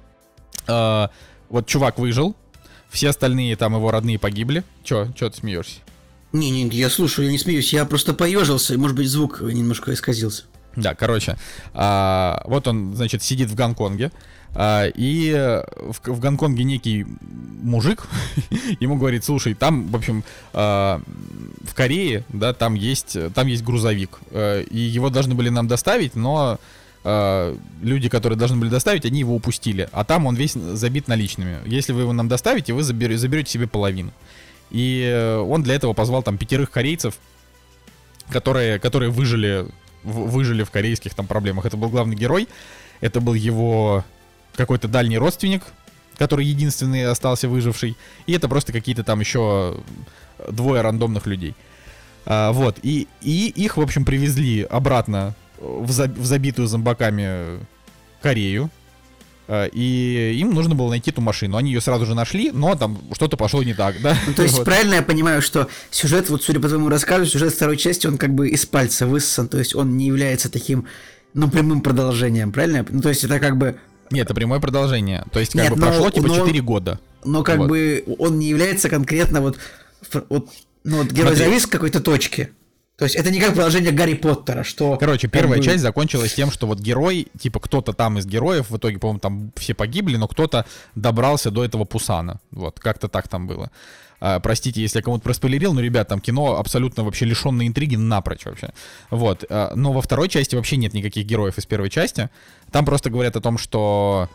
А, вот чувак выжил, все остальные там его родные погибли. Чё, чё ты смеешься? Не-не, я слушаю, я не смеюсь, я просто поежился, и, может быть, звук немножко исказился. Да, короче, а, вот он, значит, сидит в Гонконге, а, и в, в Гонконге некий мужик ему говорит, слушай, там, в общем, а, в Корее, да, там есть, там есть грузовик, а, и его должны были нам доставить, но а, люди, которые должны были доставить, они его упустили, а там он весь забит наличными. Если вы его нам доставите, вы забер, заберете себе половину. И он для этого позвал там пятерых корейцев, которые, которые выжили... выжили в корейских там проблемах. Это был главный герой, это был его какой-то дальний родственник, который единственный остался выживший, и это просто какие-то там еще двое рандомных людей. А, вот, и, и их, в общем, привезли обратно в, за, в забитую зомбаками Корею, а, и им нужно было найти ту машину. Они ее сразу же нашли, но там что-то пошло не так, да? Ну, то есть, Вот. правильно я понимаю, что сюжет, вот судя по твоему рассказу, сюжет второй части, он как бы из пальца высосан, то есть он не является таким, ну, прямым продолжением, правильно? Ну, то есть это как бы... Нет, это прямое продолжение. То есть, как Нет, бы но- прошло типа но- четыре года. Но как Вот. бы он не является конкретно вот... фр- вот ну, вот герой Смотри. завис в какой-то точке. То есть это не как продолжение Гарри Поттера, что... Короче, как первая бы- часть закончилась тем, что вот герой, типа кто-то там из героев, в итоге, по-моему, там все погибли, но кто-то добрался до этого Пусана. Вот, как-то так там было. А, простите, если я кому-то проспойлерил, но, ребят, там кино абсолютно вообще лишенное интриги напрочь вообще. Вот, а, но во второй части вообще нет никаких героев из первой части. Там просто говорят о том, что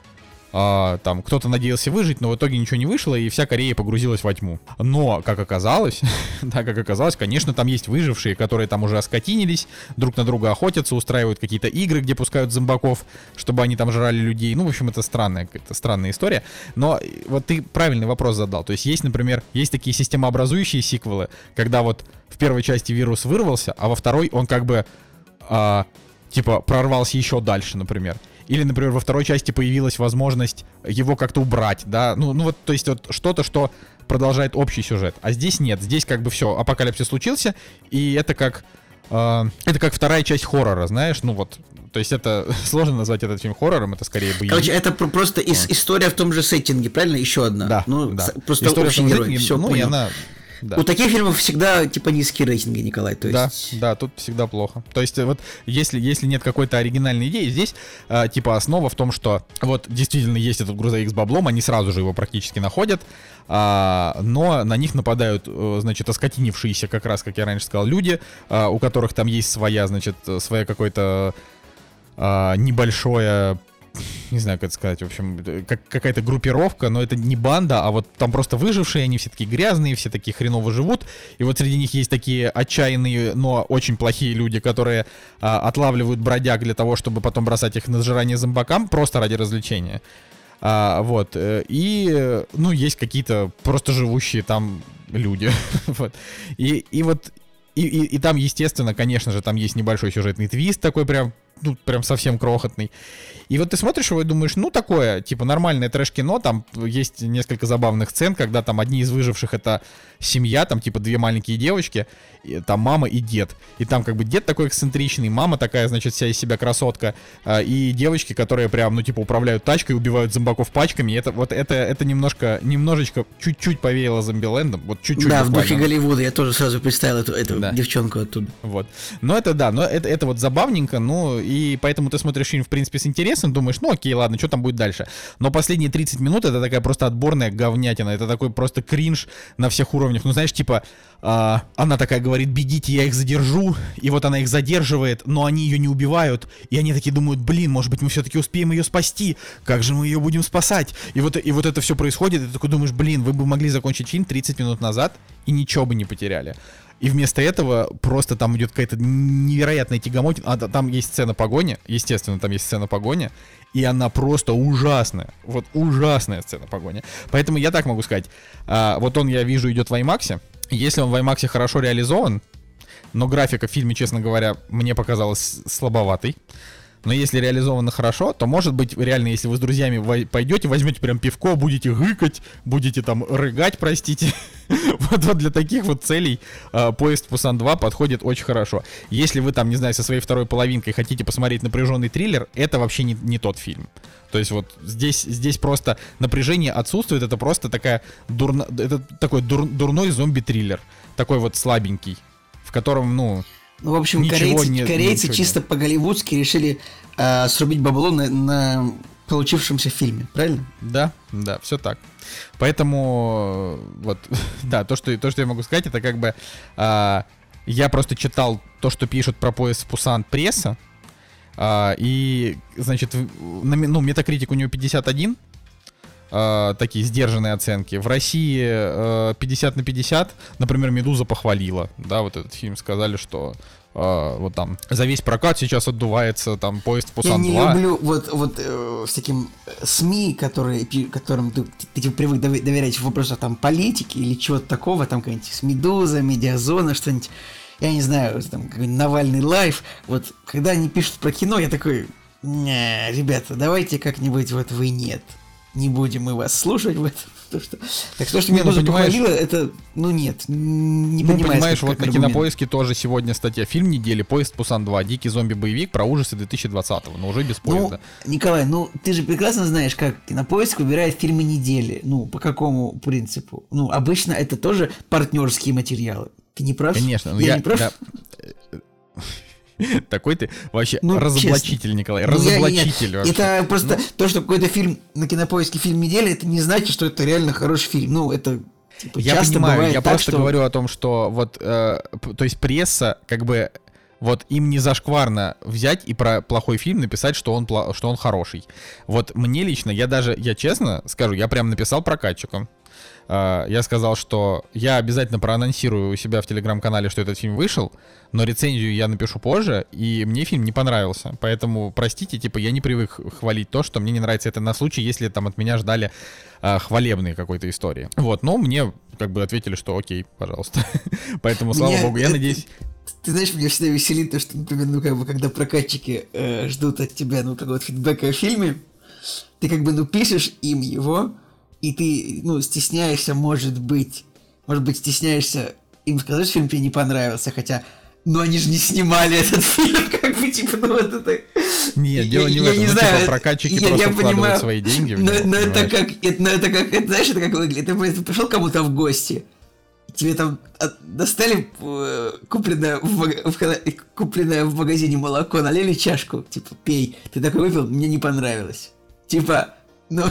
а, там кто-то надеялся выжить, но в итоге ничего не вышло, и вся Корея погрузилась во тьму. Но, как оказалось, да, как оказалось, конечно, там есть выжившие, которые там уже оскотинились, друг на друга охотятся, устраивают какие-то игры, где пускают зомбаков, чтобы они там жрали людей. Ну, в общем, это странная, какая-то странная история. Но вот ты правильный вопрос задал. То есть есть, например, есть такие системообразующие сиквелы, когда вот в первой части вирус вырвался, а во второй он как бы, а, типа, прорвался еще дальше, например. Или, например, во второй части появилась возможность его как-то убрать, да, ну, ну вот, то есть вот что-то, что продолжает общий сюжет, а здесь нет, здесь как бы все, апокалипсис случился, и это как, э, это как вторая часть хоррора, знаешь, ну вот, то есть это сложно назвать этот фильм хоррором, это скорее боевик. Короче, это про- просто ис- история в том же сеттинге, правильно? Еще одна. Да, ну, да. С- просто история общий в том же герой, сеттинге, все, ну, и понял. она... Да. У таких фильмов всегда типа низкие рейтинги, Николай. То есть... Да, да, тут всегда плохо. То есть вот если, если нет какой-то оригинальной идеи, здесь э, типа основа в том, что вот действительно есть этот грузовик с баблом, они сразу же его практически находят, э, но на них нападают, э, значит, оскотинившиеся, как раз, как я раньше сказал, люди, э, у которых там есть своя, значит, своя какой-то э, небольшое... Не знаю, как это сказать, в общем, как, какая-то группировка, но это не банда, а вот там просто выжившие, они все такие грязные, все такие хреново живут, и вот среди них есть такие отчаянные, но очень плохие люди, которые а, отлавливают бродяг для того, чтобы потом бросать их на сжирание зомбакам, просто ради развлечения. А, вот, и, ну, есть какие-то просто живущие там люди, вот, и, и вот, и, и, и там, естественно, конечно же, там есть небольшой сюжетный твист такой прям, ну, прям совсем крохотный. И вот ты смотришь его и думаешь, ну, такое, типа, нормальное трэш-кино, там есть несколько забавных сцен, когда там одни из выживших — это семья, там, типа, две маленькие девочки, и, там мама и дед. И там, как бы, дед такой эксцентричный, мама такая, значит, вся из себя красотка, а, и девочки, которые прям, ну, типа, управляют тачкой, убивают зомбаков пачками. И это, вот это, это немножко, немножечко, чуть-чуть повеяло зомбилендом, вот чуть-чуть. Да, буквально. в духе Голливуда, я тоже сразу представил эту, эту Да. девчонку оттуда. Вот. Но это да, но это, это вот забавненько, ну, и поэтому ты смотришь фильм, в принципе, с интересом, думаешь, ну, окей, ладно, что там будет дальше. Но последние тридцать минут это такая просто отборная говнятина, это такой просто кринж на всех уровнях. Ну, знаешь, типа, а, она такая говорит, бегите, я их задержу, и вот она их задерживает, но они ее не убивают, и они такие думают, блин, может быть, мы все-таки успеем ее спасти, как же мы ее будем спасать? И вот, и вот это все происходит, и ты такой думаешь, блин, вы бы могли закончить фильм тридцать минут назад, и ничего бы не потеряли. И вместо этого просто там идет какая-то невероятная тягомотина. А там есть сцена погони, естественно, там есть сцена погони, и она просто ужасная. Вот ужасная сцена погони. Поэтому я так могу сказать. А, вот он, я вижу, идет в IMAX. Если он в IMAX хорошо реализован, но графика в фильме, честно говоря, мне показалась слабоватой. Но если реализовано хорошо, то, может быть, реально, если вы с друзьями пойдете, возьмете прям пивко, будете гыкать, будете там рыгать, простите. Вот, вот для таких вот целей э, «Поезд в Пусан два» подходит очень хорошо. Если вы там, не знаю, со своей второй половинкой хотите посмотреть напряженный триллер, это вообще не, не тот фильм. То есть вот здесь, здесь просто напряжение отсутствует, это просто такая дурно, это такой дур, дурной зомби-триллер. Такой вот слабенький, в котором, ну... Ну, в общем, Ничего корейцы, не- корейцы ничего чисто по-голливудски решили э, срубить бабло на, на получившемся фильме, правильно? Да, да, все так. Поэтому, э, вот, да, то что, то, что я могу сказать, это как бы... а, я просто читал то, что пишут про «Поезд в Пусан» пресса, а, и, значит, в- на, ми- ну, Метакритик у него пятьдесят один, а, такие сдержанные оценки. В России а, пятьдесят на пятьдесят, например, «Медуза» похвалила, да, вот этот фильм, сказали, что а, вот там за весь прокат сейчас отдувается там «Поезд в Пусан два». Я не люблю вот, вот э, с таким э, СМИ, которые, пи- которым ты, ты, ты привык дови- доверять в вопросах там политики или чего-то такого, там какая-нибудь «Медуза», «Медиазона», что-нибудь, я не знаю, там какой-нибудь «Навальный лайф». Вот когда они пишут про кино, я такой, не, ребята, давайте как-нибудь вот вы нет. Не будем мы вас слушать в этом. То, что... Так что, что Не, ну, «Медуза» понимаешь- похвалила, это, ну нет, не Ну, понимаю. понимаешь, вот на Кинопоиске тоже сегодня статья «Фильм недели. Поезд в Пусан два. Дикий зомби-боевик про ужасы две тысячи двадцатого». Но уже без поезда. Ну, Николай, ну ты же прекрасно знаешь, как Кинопоиск выбирает фильмы недели. Ну, по какому принципу? Ну, обычно это тоже партнерские материалы. Ты не прав? Конечно, ну я, я... не прав? да. Такой ты вообще Ну, разоблачитель, честно. Николай, Ну, я- разоблачитель нет, вообще. Это просто Ну. то, что какой-то фильм на Кинопоиске фильм недели, это не значит, что это реально хороший фильм. Ну, это типа, Я часто понимаю, бывает я так, просто что... говорю о том, что вот, э, п- то есть пресса как бы Вот им не зашкварно взять и про плохой фильм написать, что он, что он хороший. Вот мне лично, я даже, я честно скажу, я прям написал прокатчикам. Я сказал, что я обязательно проанонсирую у себя в телеграм-канале, что этот фильм вышел, но рецензию я напишу позже, и мне фильм не понравился. Поэтому, простите, типа, я не привык хвалить то, что мне не нравится. Это на случай, если там от меня ждали а, хвалебной какой-то истории. Вот, но мне как бы ответили, что окей, пожалуйста. Поэтому, слава богу, я надеюсь... Ты знаешь, меня всегда веселит то, что, например, ну как бы, когда прокатчики э, ждут от тебя, ну, какого-то фидбэка о фильме, ты как бы, ну, пишешь им его, и ты, ну, стесняешься, может быть, может быть, стесняешься им сказать, что фильм тебе не понравился, хотя, ну, они же не снимали этот фильм, как бы, типа, ну, вот это... Нет, дело не в этом, ну, типа, прокатчики просто вкладывают свои деньги в него, но это как, это, это как, это, знаешь, это как выглядит, ты пришел кому-то в гости, тебе там достали э, купленное, в, в, купленное в магазине молоко, налили чашку, типа, пей. Ты такой выпил, мне не понравилось. Типа, ну,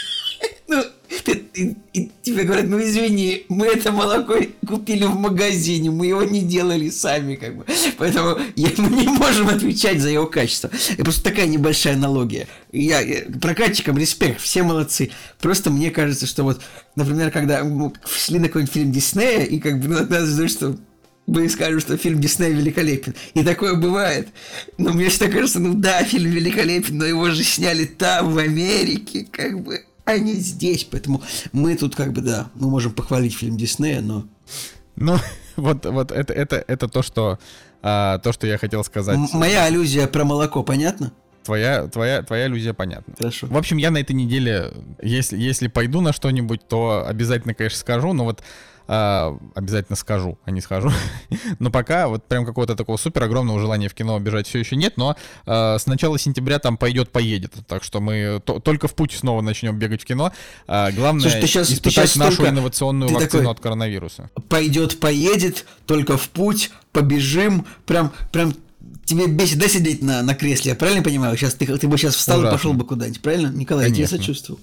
ну, ты, и, и тебе говорят, ну извини, мы это молоко купили в магазине, мы его не делали сами, как бы. Поэтому я, мы не можем отвечать за его качество. Это просто такая небольшая аналогия. Я, я прокатчикам респект, все молодцы. Просто мне кажется, что вот, например, когда мы шли на какой-нибудь фильм Диснея, и как бы ну, надо знать, что мы скажем, что фильм Диснея великолепен. И такое бывает. Но мне всегда кажется, ну да, фильм великолепен, но его же сняли там, в Америке, как бы. А не здесь, поэтому мы тут как бы, да, мы можем похвалить фильм Диснея, но... Ну, вот, вот это, это, это то, что, а, то, что я хотел сказать. М- моя аллюзия про молоко, понятно? Твоя, твоя, твоя аллюзия понятна. Хорошо. В общем, я на этой неделе, если, если пойду на что-нибудь, то обязательно, конечно, скажу, но вот а, обязательно скажу, а не схожу. Но пока вот прям какого-то такого супер огромного желания в кино бежать все еще нет, но а, с начала сентября там пойдет-поедет, так что мы то, только в путь снова начнем бегать в кино. А, главное Слушай, ты сейчас, испытать ты сейчас нашу только... инновационную ты вакцину от коронавируса. Пойдет-поедет, только в путь, побежим, прям, прям тебе бесит, да, сидеть на, на кресле, я правильно понимаю? Сейчас ты, ты бы сейчас встал Ужасно. И пошел бы куда-нибудь, правильно? Николай, Конечно. Я тебя сочувствую.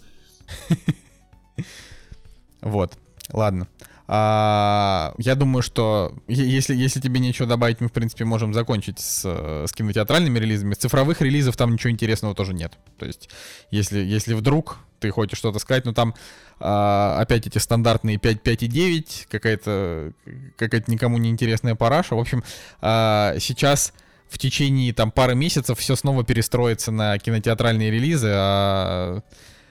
Вот, ладно. А, я думаю, что если, если тебе нечего добавить, мы, в принципе, можем закончить с, с кинотеатральными релизами. С цифровых релизов там ничего интересного тоже нет. То есть, если, если вдруг ты хочешь что-то сказать, ну там а, опять эти стандартные пять, пять и девять, какая-то, какая-то никому не интересная параша. В общем, а, сейчас в течение там пары месяцев все снова перестроится на кинотеатральные релизы, а...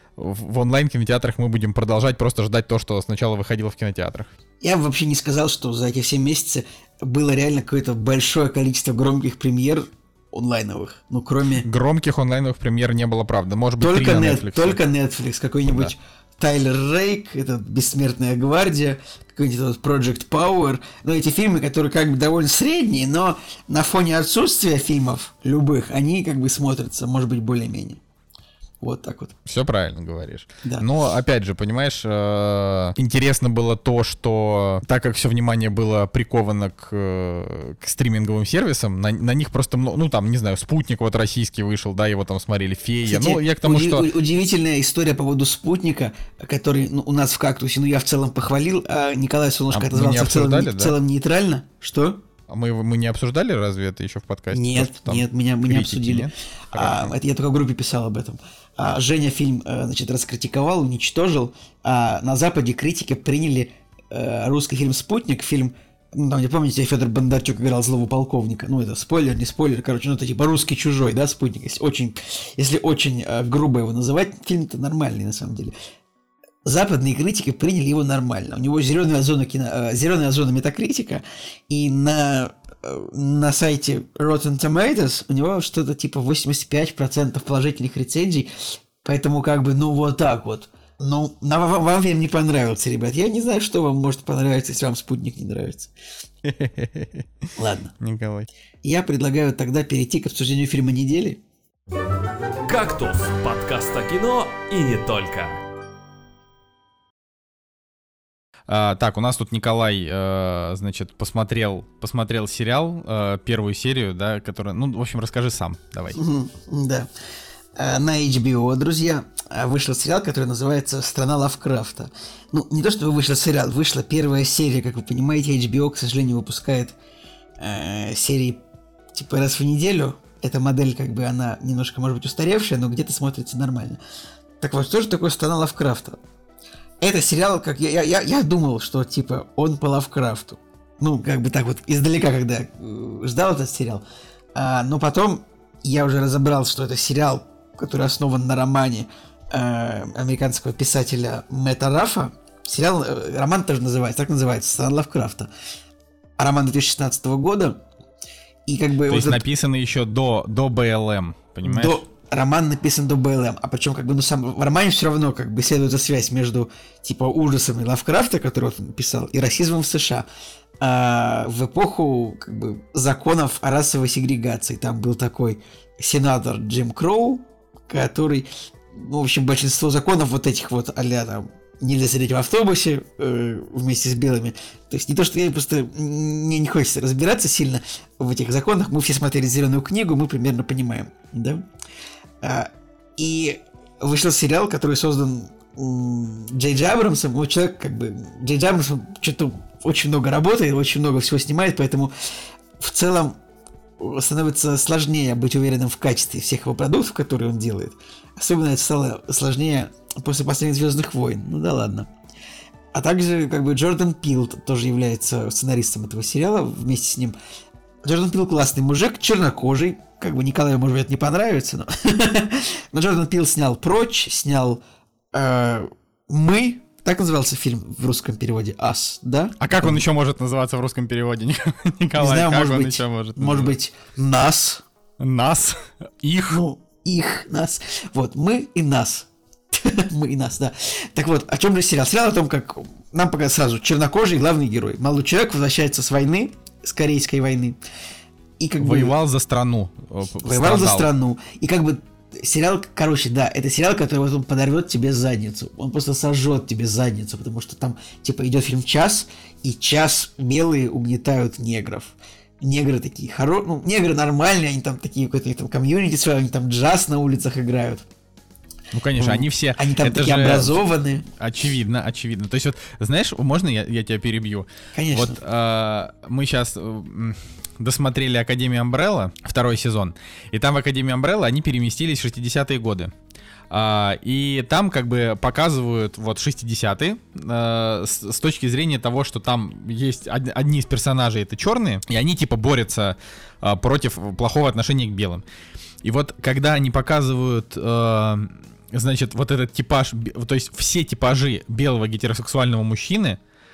в онлайн-кинотеатрах мы будем продолжать просто ждать то, что сначала выходило в кинотеатрах. Я бы вообще не сказал, что за эти все месяцы было реально какое-то большое количество громких премьер онлайновых. Ну, кроме... Громких онлайновых премьер не было, правда. Может быть, только три на Net, Netflix. Только Netflix, какой-нибудь да. Тайлер Рейк, это «Бессмертная гвардия», какой-нибудь Project Power. Ну, эти фильмы, которые как бы довольно средние, но на фоне отсутствия фильмов любых, они как бы смотрятся, может быть, более-менее. Вот так вот. Все правильно говоришь. Да. Но, опять же, понимаешь, э, интересно было то, что так как все внимание было приковано к, к стриминговым сервисам, на, на них просто, ну, там, не знаю, «Спутник» вот российский вышел, да, его там смотрели, «Фея». Кстати, ну, я к тому, уди- что... удивительная история по поводу «Спутника», который ну, у нас в «Кактусе», ну, я в целом похвалил, а Николай Солнышко а отозвался в целом, да? в целом нейтрально. Что? А мы, мы не обсуждали разве это еще в подкасте? Нет, то, нет, меня, мы не обсудили. Нет? А, это я только в группе писал об этом. А, Женя фильм, значит, раскритиковал, уничтожил. А на Западе критики приняли а, русский фильм «Спутник», фильм, ну, там, не помните, Федор Бондарчук играл злого полковника. Ну, это спойлер, не спойлер, короче, ну, это типа «Русский чужой», да, «Спутник». Если очень, если очень а, грубо его называть, фильм-то нормальный, на самом деле. Западные критики приняли его нормально. У него зеленая зона, кино, зеленая зона метакритика, и на, на сайте Rotten Tomatoes у него что-то типа восемьдесят пять процентов положительных рецензий, поэтому как бы, ну вот так вот. Ну, вам, вам фильм не понравился, ребят. Я не знаю, что вам может понравиться, если вам «Спутник» не нравится. Ладно. Николай. Я предлагаю тогда перейти к обсуждению фильма недели. «Кактус» – подкаст о кино и не только. А, так, у нас тут Николай, э, значит, посмотрел, посмотрел сериал, э, первую серию, да, которая, ну, в общем, расскажи сам, давай. Mm-hmm, да. На эйч би о, друзья, вышел сериал, который называется «Страна Лавкрафта». Ну, не то чтобы вышел сериал, вышла первая серия, как вы понимаете, эйч би о, к сожалению, выпускает э, серии типа раз в неделю. Эта модель, как бы, она немножко, может быть, устаревшая, но где-то смотрится нормально. Так вот, что же такое «Страна Лавкрафта»? Это сериал, как я, я, я думал, что, типа, он по Лавкрафту. Ну, как бы так вот, издалека, когда э, ждал этот сериал. А, но потом я уже разобрал, что это сериал, который основан на романе э, американского писателя Мэтта Рафа. Сериал, э, роман тоже называется, так называется, «Страна Лавкрафта». А роман две тысячи шестнадцатого года. И как бы То вот есть этот... написано еще до, до бэ эл эм, понимаешь? До... Роман написан до бэ эл эм, а причем как бы, ну, сам в романе все равно как бы следует связь между типа ужасами Лавкрафта, который он написал, и расизмом в США. А в эпоху как бы законов о расовой сегрегации там был такой сенатор Джим Кроу, который, ну, в общем, большинство законов вот этих вот а-ля там нельзя сидеть в автобусе э, вместе с белыми. То есть не то, что я просто мне не хочется разбираться сильно в этих законах. Мы все смотрели «Зеленую книгу», мы примерно понимаем, да? А, и вышел сериал, который создан м, Джей Джей Абрамсом. Вот человек, как бы, Джей Джей Абрамс что-то очень много работает, очень много всего снимает, поэтому в целом становится сложнее быть уверенным в качестве всех его продуктов, которые он делает. Особенно это стало сложнее после последних «Звездных войн». Ну да ладно. А также, как бы, Джордан Пил тоже является сценаристом этого сериала вместе с ним. Джордан Пил классный мужик, чернокожий. Как бы Николаю, может быть, это не понравится, но... но Джордан Пил снял «Прочь», снял э, «Мы». Так назывался фильм в русском переводе «Ас», да? А как он еще может называться в русском переводе, Николай? Не знаю, как может он быть, еще может может быть, «Нас». Нас? Их? Ну, их, нас. Вот, мы и нас. Мы и нас, да. Так вот, о чем же сериал? Сериал о том, как нам показывают сразу чернокожий главный герой. Молодой человек возвращается с войны, с Корейской войны. И как Воевал бы, за страну. Воевал страдал. за страну. И как бы сериал, короче, да, это сериал, который вот он подорвет тебе задницу. Он просто сожжет тебе задницу, потому что там, типа, идет фильм час, и час белые угнетают негров. Негры такие хорошие, ну, негры нормальные, они там такие, какой-то там комьюнити свой, они там джаз на улицах играют. Ну, конечно, они все... Они там это такие же образованные. Очевидно, очевидно. То есть вот, знаешь, можно я, я тебя перебью? Конечно. Вот э, мы сейчас э, досмотрели «Академию Амбрелла», второй сезон, и там в «Академии Амбрелла» они переместились в шестидесятые годы. Uh, и там как бы показывают вот шестидесятые uh, с, с точки зрения того, что там есть од- одни из персонажей это черные, и они типа борются uh, против плохого отношения к белым. И вот когда они показывают, uh, значит, вот этот типаж, то есть все типажи белого гетеросексуального мужчины,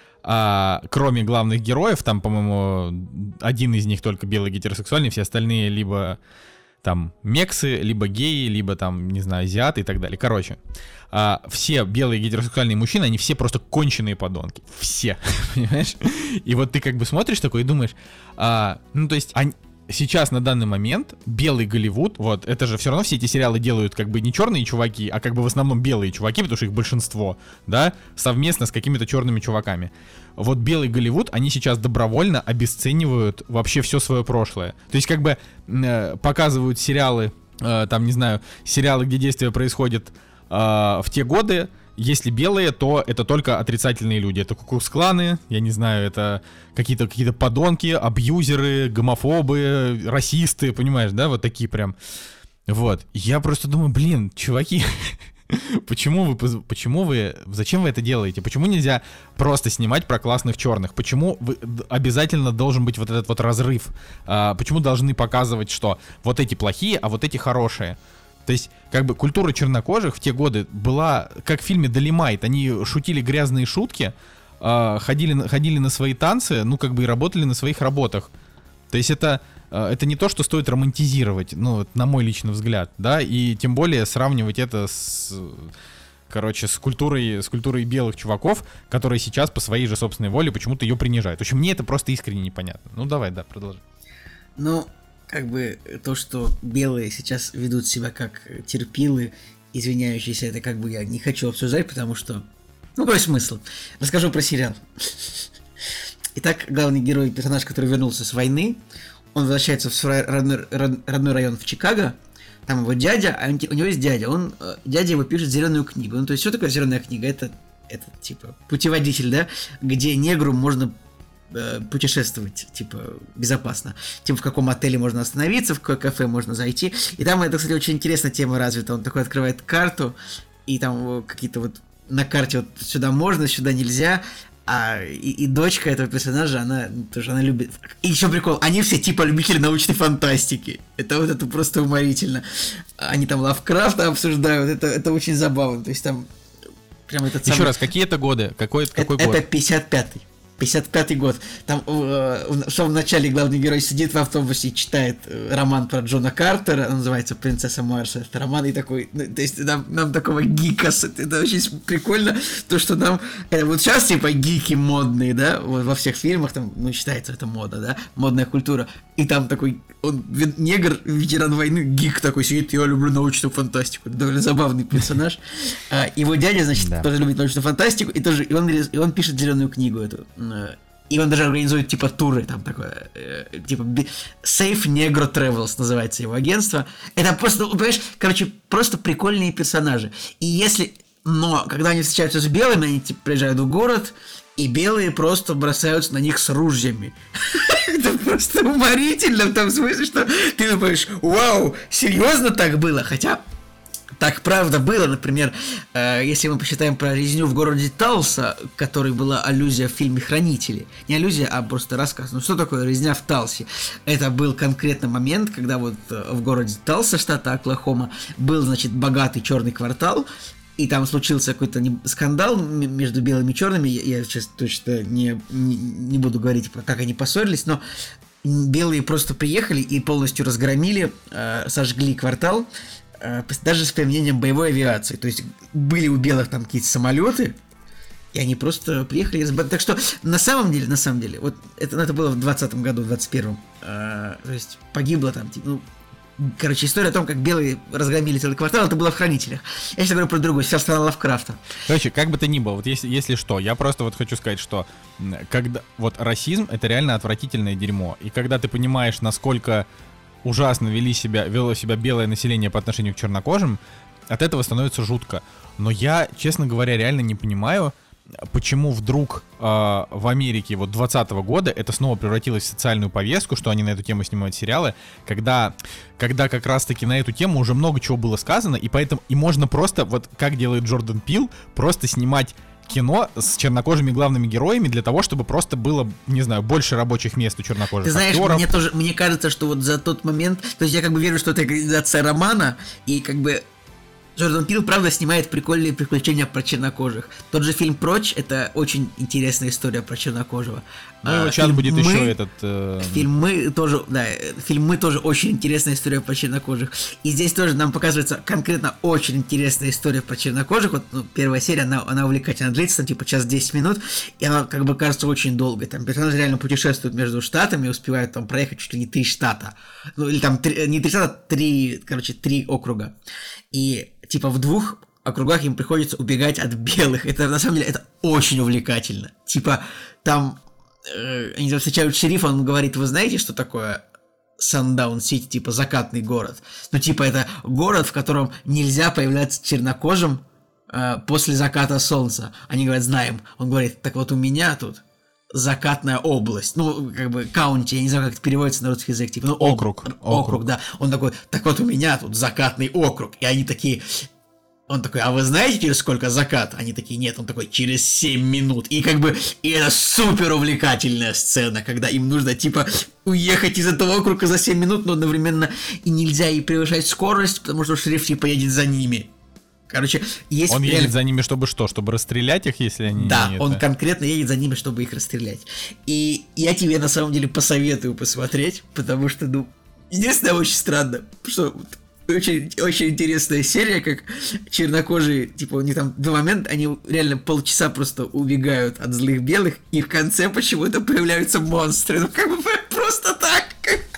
uh, кроме главных героев, там, по-моему, один из них только белый гетеросексуальный, все остальные либо... там мексы, либо геи, либо там, не знаю, азиаты и так далее. Короче, а, все белые гетеросексуальные мужчины, они все просто конченые подонки. Все, понимаешь? И вот ты как бы смотришь такой и думаешь, а, ну то есть они... Сейчас на данный момент белый Голливуд, вот, это же все равно все эти сериалы делают как бы не черные чуваки, а как бы в основном белые чуваки, потому что их большинство, да, совместно с какими-то черными чуваками. Вот белый Голливуд, они сейчас добровольно обесценивают вообще все свое прошлое. То есть как бы э, показывают сериалы, э, там, не знаю, сериалы, где действие происходит э, в те годы. Если белые, то это только отрицательные люди. Это ку-клукс-кланы, я не знаю, это какие-то какие-то подонки, абьюзеры, гомофобы, расисты, понимаешь, да, вот такие прям. Вот. Я просто думаю, блин, чуваки, почему вы, почему вы, зачем вы это делаете? Почему нельзя просто снимать про классных черных? Почему вы, обязательно должен быть вот этот вот разрыв? А, почему должны показывать, что вот эти плохие, а вот эти хорошие? То есть, как бы, культура чернокожих в те годы была, как в фильме «Долимайт». Они шутили грязные шутки, э, ходили, ходили на свои танцы, ну, как бы, и работали на своих работах. То есть, это, э, это не то, что стоит романтизировать, ну, на мой личный взгляд, да, и тем более сравнивать это с, короче, с культурой, с культурой белых чуваков, которые сейчас по своей же собственной воле почему-то ее принижают. В общем, мне это просто искренне непонятно. Ну, давай, да, продолжи. Ну... Как бы то, что белые сейчас ведут себя как терпилы, извиняющиеся, это как бы я не хочу обсуждать, потому что... Ну, какой смысл? Расскажу про сериал. Итак, главный герой, персонаж, который вернулся с войны, он возвращается в свой родной, родной район в Чикаго, там его дядя, а у него есть дядя, он, дядя его пишет зеленую книгу. Ну, то есть, что такое зеленая книга? Это, это типа, путеводитель, да, где негру можно э, путешествовать, типа, безопасно. Типа, в каком отеле можно остановиться, в какое кафе можно зайти. И там, это, кстати, очень интересная тема развита. Он такой открывает карту, и там какие-то вот на карте вот сюда можно, сюда нельзя. А и, и дочка этого персонажа, она тоже она любит. И еще прикол, они все типа любители научной фантастики. Это вот это просто уморительно. Они там Лавкрафта обсуждают, это, это очень забавно. То есть там прям этот Еще самый... раз, какие это годы? Какой, какой это, год? Это пятьдесят пятый. пятьдесят пятый год. Там э, в самом начале главный герой сидит в автобусе и читает э, роман про Джона Картера, он называется «Принцесса Марса». Это роман и такой, ну, то есть нам, нам такого гика, это очень прикольно, то, что нам, э, вот сейчас типа гики модные, да, вот во всех фильмах там, ну, считается это мода, да, модная культура, и там такой, он негр, ветеран войны, гик такой сидит, я люблю научную фантастику, это довольно забавный персонаж. А, его дядя, значит, да. тоже любит научную фантастику, и тоже, и он, и он пишет зеленую книгу эту. И он даже организует типа туры, там такое, э, типа Safe Negro Travels называется его агентство. Это просто, ну, понимаешь, короче, просто прикольные персонажи. И если, но когда они встречаются с белыми, они типа приезжают в город, и белые просто бросаются на них с ружьями. Это просто уморительно в том смысле, что ты думаешь, вау, серьезно так было? Хотя... Так правда было, например, э, если мы посчитаем про резню в городе Талса, которой была аллюзия в фильме «Хранители». Не аллюзия, а просто рассказ. Ну что такое резня в Талсе? Это был конкретный момент, когда вот э, в городе Талса, штата Оклахома, был, значит, богатый черный квартал, и там случился какой-то не, скандал между белыми и черными. Я, я сейчас точно не, не, не буду говорить, как они поссорились, но белые просто приехали и полностью разгромили, э, сожгли квартал, даже с применением боевой авиации. То есть были у белых там какие-то самолеты, и они просто приехали из... Так что на самом деле, на самом деле, вот это, это было в двадцатом году, в двадцать первом. А, то есть погибло там, типа, ну, короче, история о том, как белые разгромили целый квартал, это было в «Хранителях». Я сейчас говорю про другую, вся страна Лавкрафта. Короче, как бы то ни было, вот если, если что, я просто вот хочу сказать, что когда вот расизм — это реально отвратительное дерьмо. И когда ты понимаешь, насколько ужасно вели себя, вело себя белое население по отношению к чернокожим, от этого становится жутко. Но я, честно говоря, реально не понимаю, почему вдруг э, в Америке вот двадцатого года это снова превратилось в социальную повестку, что они на эту тему снимают сериалы, когда, когда как раз-таки на эту тему уже много чего было сказано, и поэтому и можно просто, вот как делает Джордан Пил, просто снимать кино с чернокожими главными героями для того, чтобы просто было, не знаю, больше рабочих мест у чернокожих. Ты знаешь, актеров. мне тоже, мне кажется, что вот за тот момент, то есть я как бы верю, что это экранизация романа, и как бы Джордан Пил, правда, снимает прикольные приключения про чернокожих. Тот же фильм «Прочь» — это очень интересная история про чернокожего. Ну и вот сейчас будет «Мы», еще этот... Э... Фильм «Мы» тоже, да, фильм «Мы» тоже очень интересная история про чернокожих. И здесь тоже нам показывается конкретно очень интересная история про чернокожих. Вот, ну, первая серия, она, она увлекательно длится, там, типа час-десять минут, и она, как бы, кажется очень долгой. Там персонажи реально путешествуют между штатами, успевают там проехать чуть ли не три штата. Ну, или там три, не три штата, три, короче, три округа. И типа в двух округах им приходится убегать от белых. Это, на самом деле, это очень увлекательно. Типа, там э, они там встречают шерифа, он говорит, вы знаете, что такое Sundown City, типа закатный город? Ну, типа, это город, в котором нельзя появляться чернокожим э, после заката солнца. Они говорят, знаем. Он говорит, так вот у меня тут закатная область, ну, как бы, каунти, я не знаю, как это переводится на русский язык, типа, ну, округ, округ, округ, да, он такой, так вот у меня тут закатный округ, и они такие, он такой, а вы знаете, через сколько закат? Они такие, нет, он такой, через семь минут, и как бы, и это супер увлекательная сцена, когда им нужно, типа, уехать из этого округа за семь минут, но одновременно и нельзя и превышать скорость, потому что шериф, типа, едет за ними. Короче, есть... Он реально... едет за ними, чтобы что? Чтобы расстрелять их, если они... Да, не он это... конкретно едет за ними, чтобы их расстрелять. И я тебе, на самом деле, посоветую посмотреть, потому что, ну, единственное, очень странно, что очень, очень интересная серия, как чернокожие, типа, у них там два момента, они реально полчаса просто убегают от злых белых, и в конце почему-то появляются монстры. Ну, как бы просто так.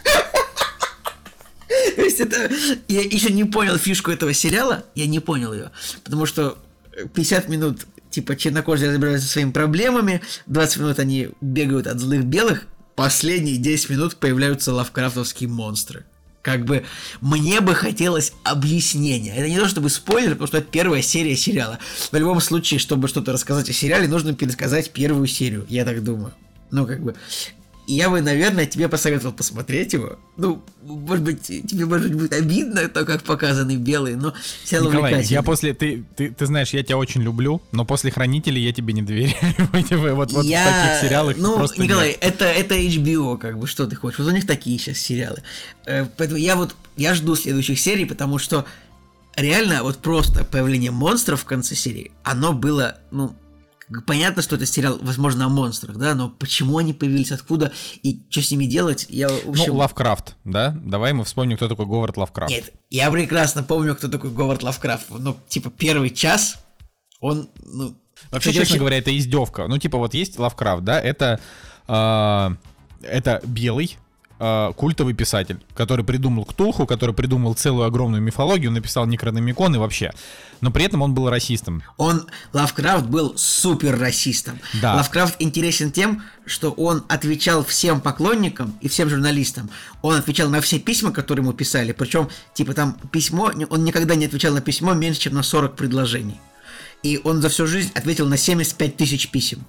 То есть это... Я еще не понял фишку этого сериала, я не понял ее, потому что пятьдесят минут, типа, чернокожие разбираются со своими проблемами, двадцать минут они бегают от злых белых, последние десять минут появляются лавкрафтовские монстры. Как бы мне бы хотелось объяснения. Это не то чтобы спойлер, потому что это первая серия сериала. В любом случае, чтобы что-то рассказать о сериале, нужно пересказать первую серию, я так думаю. Ну, как бы... Я бы, наверное, тебе посоветовал посмотреть его. Ну, может быть, тебе, может быть, будет обидно то, как показаны белые, но сериал Николай, увлекательный. я после... Ты, ты, ты знаешь, я тебя очень люблю, но после «Хранителей» я тебе не доверяю. Вот, вот я... в таких сериалах ну, просто Николай, нет. это, это эйч би о, как бы, что ты хочешь? Вот у них такие сейчас сериалы. Поэтому я вот, я жду следующих серий, потому что реально вот просто появление монстров в конце серии, оно было, ну... Понятно, что это сериал, возможно, о монстрах, да, но почему они появились, откуда и что с ними делать, я, в общем... Ну, Лавкрафт, да? Давай мы вспомним, кто такой Говард Лавкрафт. Нет, я прекрасно помню, кто такой Говард Лавкрафт, но, типа, первый час, он, ну... Вообще, кстати, честно очень... говоря, это издевка. Ну, типа, вот есть Лавкрафт, да, это, э, это белый э, культовый писатель, который придумал Ктулху, который придумал целую огромную мифологию, написал Некрономикон и вообще. Но при этом он был расистом. Он, Лавкрафт, был супер расистом. Да. Лавкрафт интересен тем, что он отвечал всем поклонникам и всем журналистам. Он отвечал на все письма, которые ему писали. Причем, типа, там письмо, он никогда не отвечал на письмо меньше, чем на сорок предложений. И он за всю жизнь ответил на семьдесят пять тысяч писем.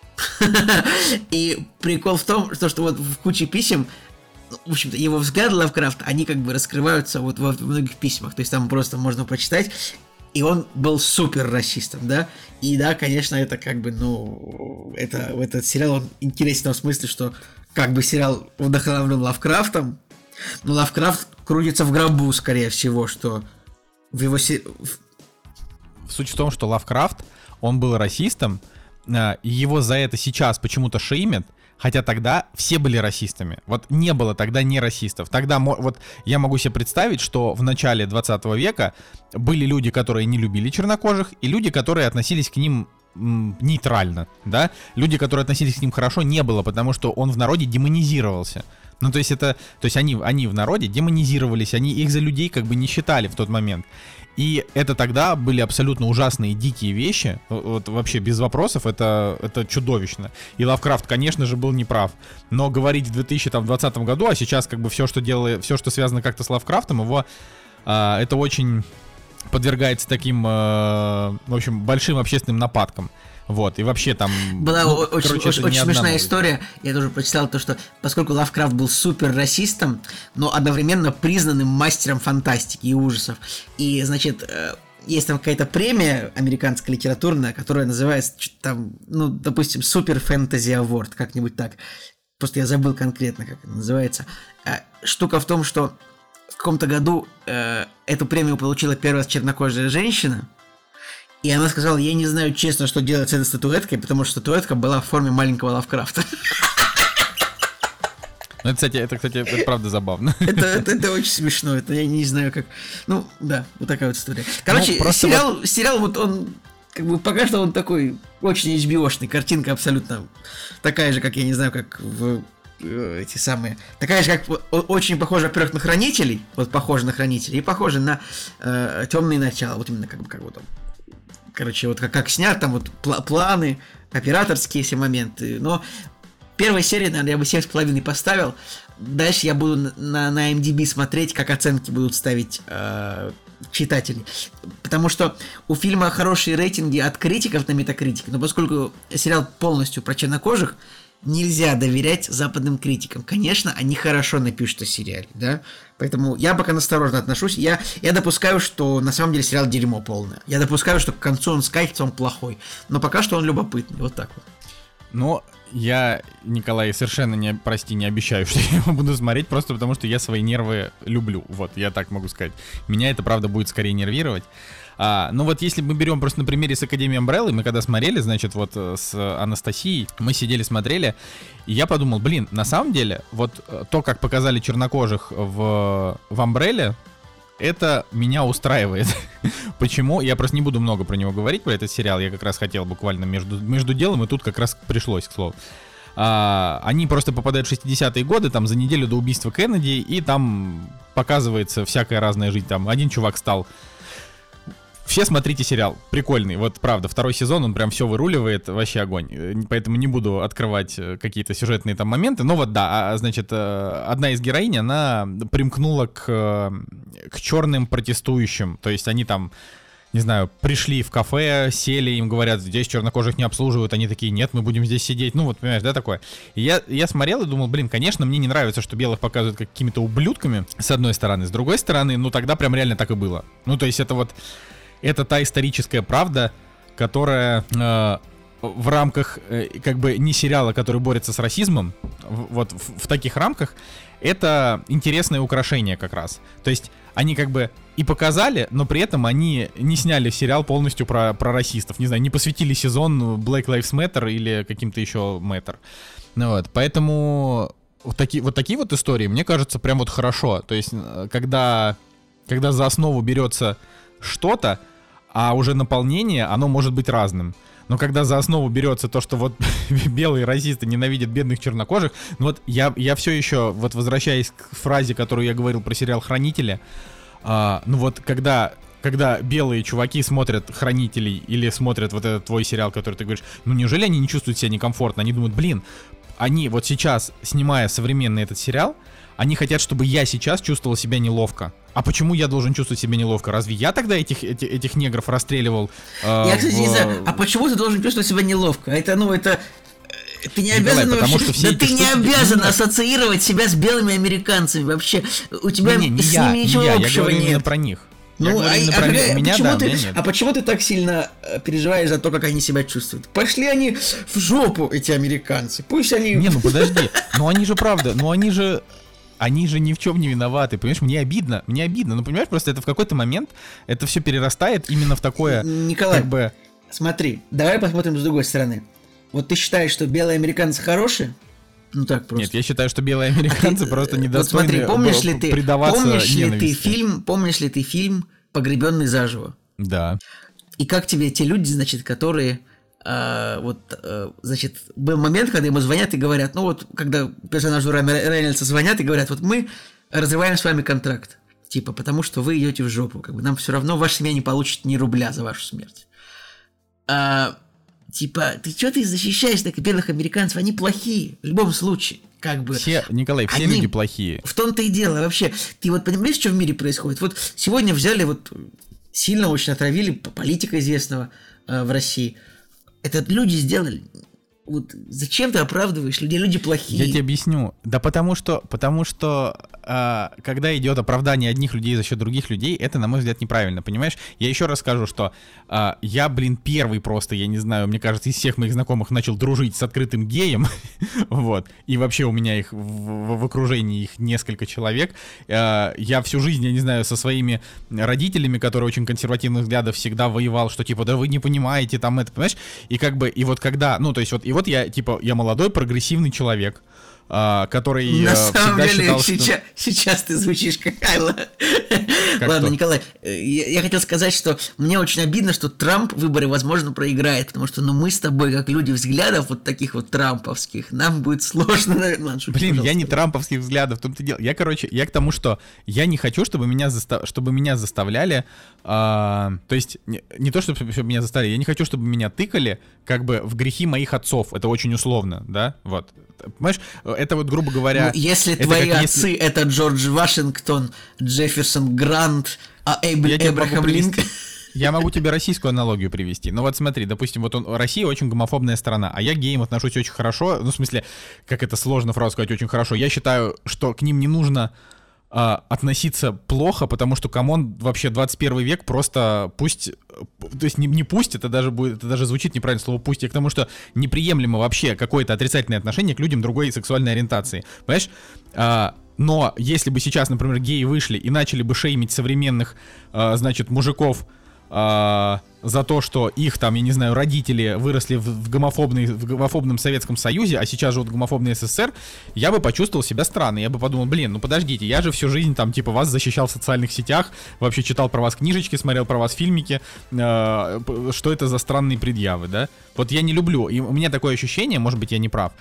И прикол в том, что, что вот в куче писем, в общем-то, его взгляды Лавкрафта, они как бы раскрываются вот во многих письмах. То есть там просто можно почитать. И он был супер расистом, да? И да, конечно, это как бы, ну, это, этот сериал, он интересен в том смысле, что как бы сериал вдохновлен Лавкрафтом, но Лавкрафт крутится в гробу, скорее всего, что в его... Се... Суть в том, что Лавкрафт, он был расистом, и его за это сейчас почему-то шеймят, хотя тогда все были расистами. Вот не было тогда не расистов. Тогда вот я могу себе представить, что в начале двадцатого века были люди, которые не любили чернокожих, и люди, которые относились к ним м, нейтрально, да? Люди, которые относились к ним хорошо, не было, потому что он в народе демонизировался. Ну, то есть это, то есть они, они в народе демонизировались, они их за людей как бы не считали в тот момент. И это тогда были абсолютно ужасные, дикие вещи, вот вообще без вопросов, это, это чудовищно. И Лавкрафт, конечно же, был неправ. Но говорить в две тысячи двадцатом году, а сейчас как бы все, что делает, все, что связано как-то с Лавкрафтом, его, а, это очень подвергается таким, а, в общем, большим общественным нападкам. Вот, и вообще там... Была ну, очень, короче, очень, очень смешная новость. история. Я тоже прочитал то, что поскольку Лавкрафт был супер расистом, но одновременно признанным мастером фантастики и ужасов. И, значит, есть там какая-то премия американская литературная, которая называется там, ну, допустим, Супер Фэнтези Award, как-нибудь так. Просто я забыл конкретно, как это называется. Штука в том, что в каком-то году э, эту премию получила первая чернокожая женщина. И она сказала, я не знаю честно, что делать с этой статуэткой, потому что статуэтка была в форме маленького Лавкрафта. Ну, это, кстати, это, кстати, это правда забавно. Это, это, это очень смешно, это я не знаю как... Ну, да, вот такая вот история. Короче, ну, сериал, вот... сериал вот он, как бы пока что он такой очень эйч би о-шный, картинка абсолютно такая же, как, я не знаю, как в... эти самые... Такая же, как... Очень похожа, во-первых, на Хранителей, вот похожа на Хранителей, и похожа на э, Темные начала, вот именно как бы, как вот он. Короче, вот как, как снят, там вот пл- планы, операторские все моменты. Но первой серии, наверное, я бы семь с половиной поставил. Дальше я буду на, на, на эм ди би смотреть, как оценки будут ставить э, читатели. Потому что у фильма хорошие рейтинги от критиков на Metacritic, но поскольку сериал полностью про чернокожих, нельзя доверять западным критикам. Конечно, они хорошо напишут о сериале, да? Поэтому я пока осторожно отношусь. Я, я допускаю, что на самом деле сериал дерьмо полное. Я допускаю, что к концу он скатится, он плохой. Но пока что он любопытный. Вот так вот. Но я, Николай, совершенно не, прости, не обещаю, что я его буду смотреть, просто потому что я свои нервы люблю. Вот, я так могу сказать. Меня это, правда, будет скорее нервировать. А, ну вот если мы берем просто на примере с Академией Umbrella, мы когда смотрели, значит, вот с Анастасией, мы сидели, смотрели, и я подумал, блин, на самом деле, вот то, как показали чернокожих в, в Umbrella, это меня устраивает. Почему? Я просто не буду много про него говорить, про этот сериал, я как раз хотел буквально между, между делом, и тут как раз пришлось, к слову. А, они просто попадают в шестидесятые годы, там, за неделю до убийства Кеннеди, и там показывается всякая разная жизнь, там, один чувак стал... Все смотрите сериал, прикольный, вот правда, второй сезон, он прям все выруливает, вообще огонь, поэтому не буду открывать какие-то сюжетные там моменты, но вот да, значит, одна из героинь, она примкнула к, к черным протестующим, то есть они там не знаю, пришли в кафе, сели, им говорят, здесь чернокожих не обслуживают, они такие, нет, мы будем здесь сидеть, ну вот, понимаешь, да, такое. И я, я смотрел и думал, блин, конечно, мне не нравится, что белых показывают какими-то ублюдками, с одной стороны, с другой стороны, ну тогда прям реально так и было. Ну то есть это вот, это та историческая правда, которая э, в рамках, э, как бы, не сериала, который борется с расизмом, в, вот в, в таких рамках, это интересное украшение как раз. То есть они как бы и показали, но при этом они не сняли сериал полностью про, про расистов. Не знаю, не посвятили сезон Black Lives Matter или каким-то еще Matter. Ну вот, поэтому вот такие, вот такие вот истории, мне кажется, прям вот хорошо. То есть когда, когда за основу берется что-то, а уже наполнение, оно может быть разным. Но когда за основу берется то, что вот белые расисты ненавидят бедных чернокожих, ну вот я, я все еще, вот возвращаясь к фразе, которую я говорил про сериал «Хранители», а, ну вот когда, когда белые чуваки смотрят «Хранителей» или смотрят вот этот твой сериал, который ты говоришь, ну неужели они не чувствуют себя некомфортно? Они думают, блин, они вот сейчас, снимая современный этот сериал, они хотят, чтобы я сейчас чувствовал себя неловко. А почему я должен чувствовать себя неловко? Разве я тогда этих, этих, этих негров расстреливал? Э, я, кстати, в... не знаю, а почему ты должен чувствовать себя неловко? Это, ну, это... Ты не Николай, обязан потому вообще... что все Да ты штуки... не обязан Нет. ассоциировать себя с белыми американцами вообще. У тебя не, не, не с я, ними ничего не я, общего я говорю нет. именно про них. Я Ну, говорю а, именно а, про а, них. У меня, почему да, ты, у меня нет. а почему ты так сильно э, переживаешь за то, как они себя чувствуют? Пошли они в жопу, эти американцы. Пусть они... Не, ну подожди. Ну они же правда, ну они же... Они же ни в чем не виноваты, понимаешь? Мне обидно, мне обидно. Ну, понимаешь, просто это в какой-то момент, это все перерастает именно в такое, Николай, как бы... смотри, давай посмотрим с другой стороны. Вот ты считаешь, что белые американцы хорошие? Ну так просто. Нет, я считаю, что белые американцы просто недостойны вот смотри, помнишь ли ты, предаваться помнишь ли ты ненависти. фильм, помнишь ли ты фильм «Погребенный заживо»? Да. И как тебе те люди, значит, которые... А, вот, а, значит, был момент, когда ему звонят и говорят, ну вот, когда персонажу Райана Рейнольдса звонят и говорят, вот мы разрываем с вами контракт, типа, потому что вы идете в жопу, как бы нам все равно, ваша семья не получит ни рубля за вашу смерть. А, типа, ты что ты защищаешь так белых американцев, они плохие, в любом случае, как бы. Все, Николай, все они... люди плохие. В том-то и дело, вообще, ты вот понимаешь, что в мире происходит? Вот сегодня взяли, вот, сильно очень отравили политика известного э, в России. Это люди сделали. Вот зачем ты оправдываешь людей? Люди плохие. Я тебе объясню. Да потому что, потому что, э, когда идет оправдание одних людей за счет других людей, это, на мой взгляд, неправильно, понимаешь? Я еще раз скажу, что э, я, блин, первый просто, я не знаю, мне кажется, из всех моих знакомых начал дружить с открытым геем, вот, и вообще у меня их в, в, в окружении их несколько человек. Э, я всю жизнь, я не знаю, со своими родителями, которые очень консервативных взглядов, всегда воевал, что типа, да вы не понимаете, там это, понимаешь? И как бы, и вот когда, ну, то есть вот, и вот я, типа, я молодой, прогрессивный человек, а, который На а, самом всегда деле, считал, сейчас, что... сейчас ты звучишь как Айло. Как Ладно, кто? Николай, я, я хотел сказать, что мне очень обидно, что Трамп выборы, возможно, проиграет, потому что, ну, мы с тобой, как люди взглядов вот таких вот трамповских, нам будет сложно, наверное. Ладно, шучу, Блин, я пожалуйста. не трамповских взглядов, в том-то и дело. Я, короче, я к тому, что я не хочу, чтобы меня, застав... чтобы меня заставляли, а, то есть не, не то, чтобы, чтобы меня заставляли, я не хочу, чтобы меня тыкали как бы в грехи моих отцов. Это очень условно, да, вот. Понимаешь, это вот, грубо говоря... Ну, если это твои как отцы если- это Джордж Вашингтон, Джефферсон Грант, а Эйбель Я тебе могу Эбрахам привести- Линкольн... Я могу тебе российскую аналогию привести. Ну вот смотри, допустим, вот он, Россия очень гомофобная страна, а я к геям отношусь очень хорошо. Ну, в смысле, как это сложно фразу сказать, очень хорошо. Я считаю, что к ним не нужно а, относиться плохо, потому что, камон, вообще двадцать первый век просто пусть... То есть не, не пусть, это даже будет, это даже звучит неправильно слово пусть, я к тому, что неприемлемо вообще какое-то отрицательное отношение к людям другой сексуальной ориентации. Понимаешь? А, но если бы сейчас, например, геи вышли и начали бы шеймить современных, а, значит, мужиков, а, за то, что их там, я не знаю, родители выросли в, в, гомофобной, в гомофобном Советском Союзе, а сейчас живут в гомофобной СССР, я бы почувствовал себя странно. Я бы подумал, блин, ну подождите, я же всю жизнь там типа вас защищал в социальных сетях, вообще читал про вас книжечки, смотрел про вас фильмики, э, что это за странные предъявы, да? Вот я не люблю, и у меня такое ощущение, может быть, я не прав,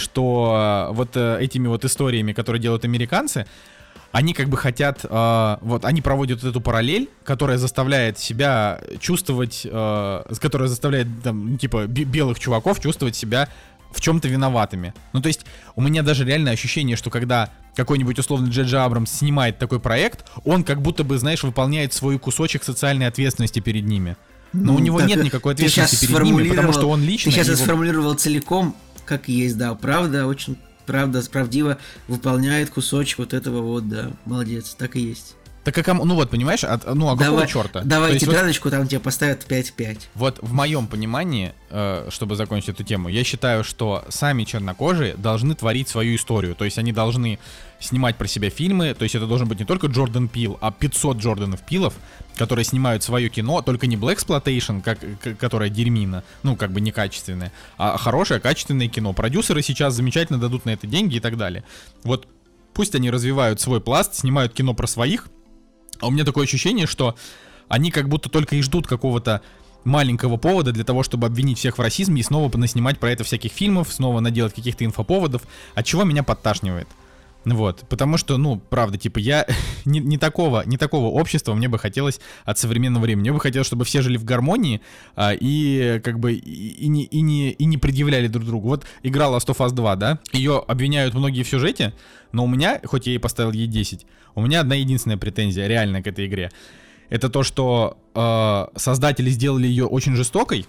что э, вот э, этими вот историями, которые делают американцы, они как бы хотят, э, вот они проводят эту параллель, которая заставляет себя чувствовать, э, которая заставляет там, ну, типа б- белых чуваков чувствовать себя в чем-то виноватыми. Ну, то есть, у меня даже реальное ощущение, что когда какой-нибудь условный Джей Джей Абрамс снимает такой проект, он как будто бы, знаешь, выполняет свой кусочек социальной ответственности перед ними. Но ну, у него нет никакой ответственности перед ними, потому что он лично... Ты сейчас его... сформулировал целиком, как есть, да, правда, очень правда, правдиво выполняет кусочек вот этого вот, да, молодец, так и есть. Так как, ну вот, понимаешь, от, ну а давай, какого черта? Давай есть, тетрадочку, вот, там тебе поставят пять пять. Вот в моем понимании, э, чтобы закончить эту тему, я считаю, что сами чернокожие должны творить свою историю. То есть они должны снимать про себя фильмы. То есть это должен быть не только Джордан Пил, а пятьсот Джорданов Пилов, которые снимают свое кино, только не Blaxploitation, как, которая дерьмина, ну как бы некачественное, а хорошее, качественное кино. Продюсеры сейчас замечательно дадут на это деньги и так далее. Вот пусть они развивают свой пласт, снимают кино про своих. А у меня такое ощущение, что они как будто только и ждут какого-то маленького повода для того, чтобы обвинить всех в расизме и снова наснимать про это всяких фильмов, снова наделать каких-то инфоповодов, от чего меня подташнивает. Вот, потому что, ну, правда, типа, я не, не, такого, не такого общества мне бы хотелось от современного времени. Мне бы хотелось, чтобы все жили в гармонии а, и, как бы, и, и, не, и, не, и не предъявляли друг другу. Вот игра Last of Us два, да, ее обвиняют многие в сюжете, но у меня, хоть я и поставил ей десять, у меня одна единственная претензия реально к этой игре. Это то, что э, создатели сделали ее очень жестокой,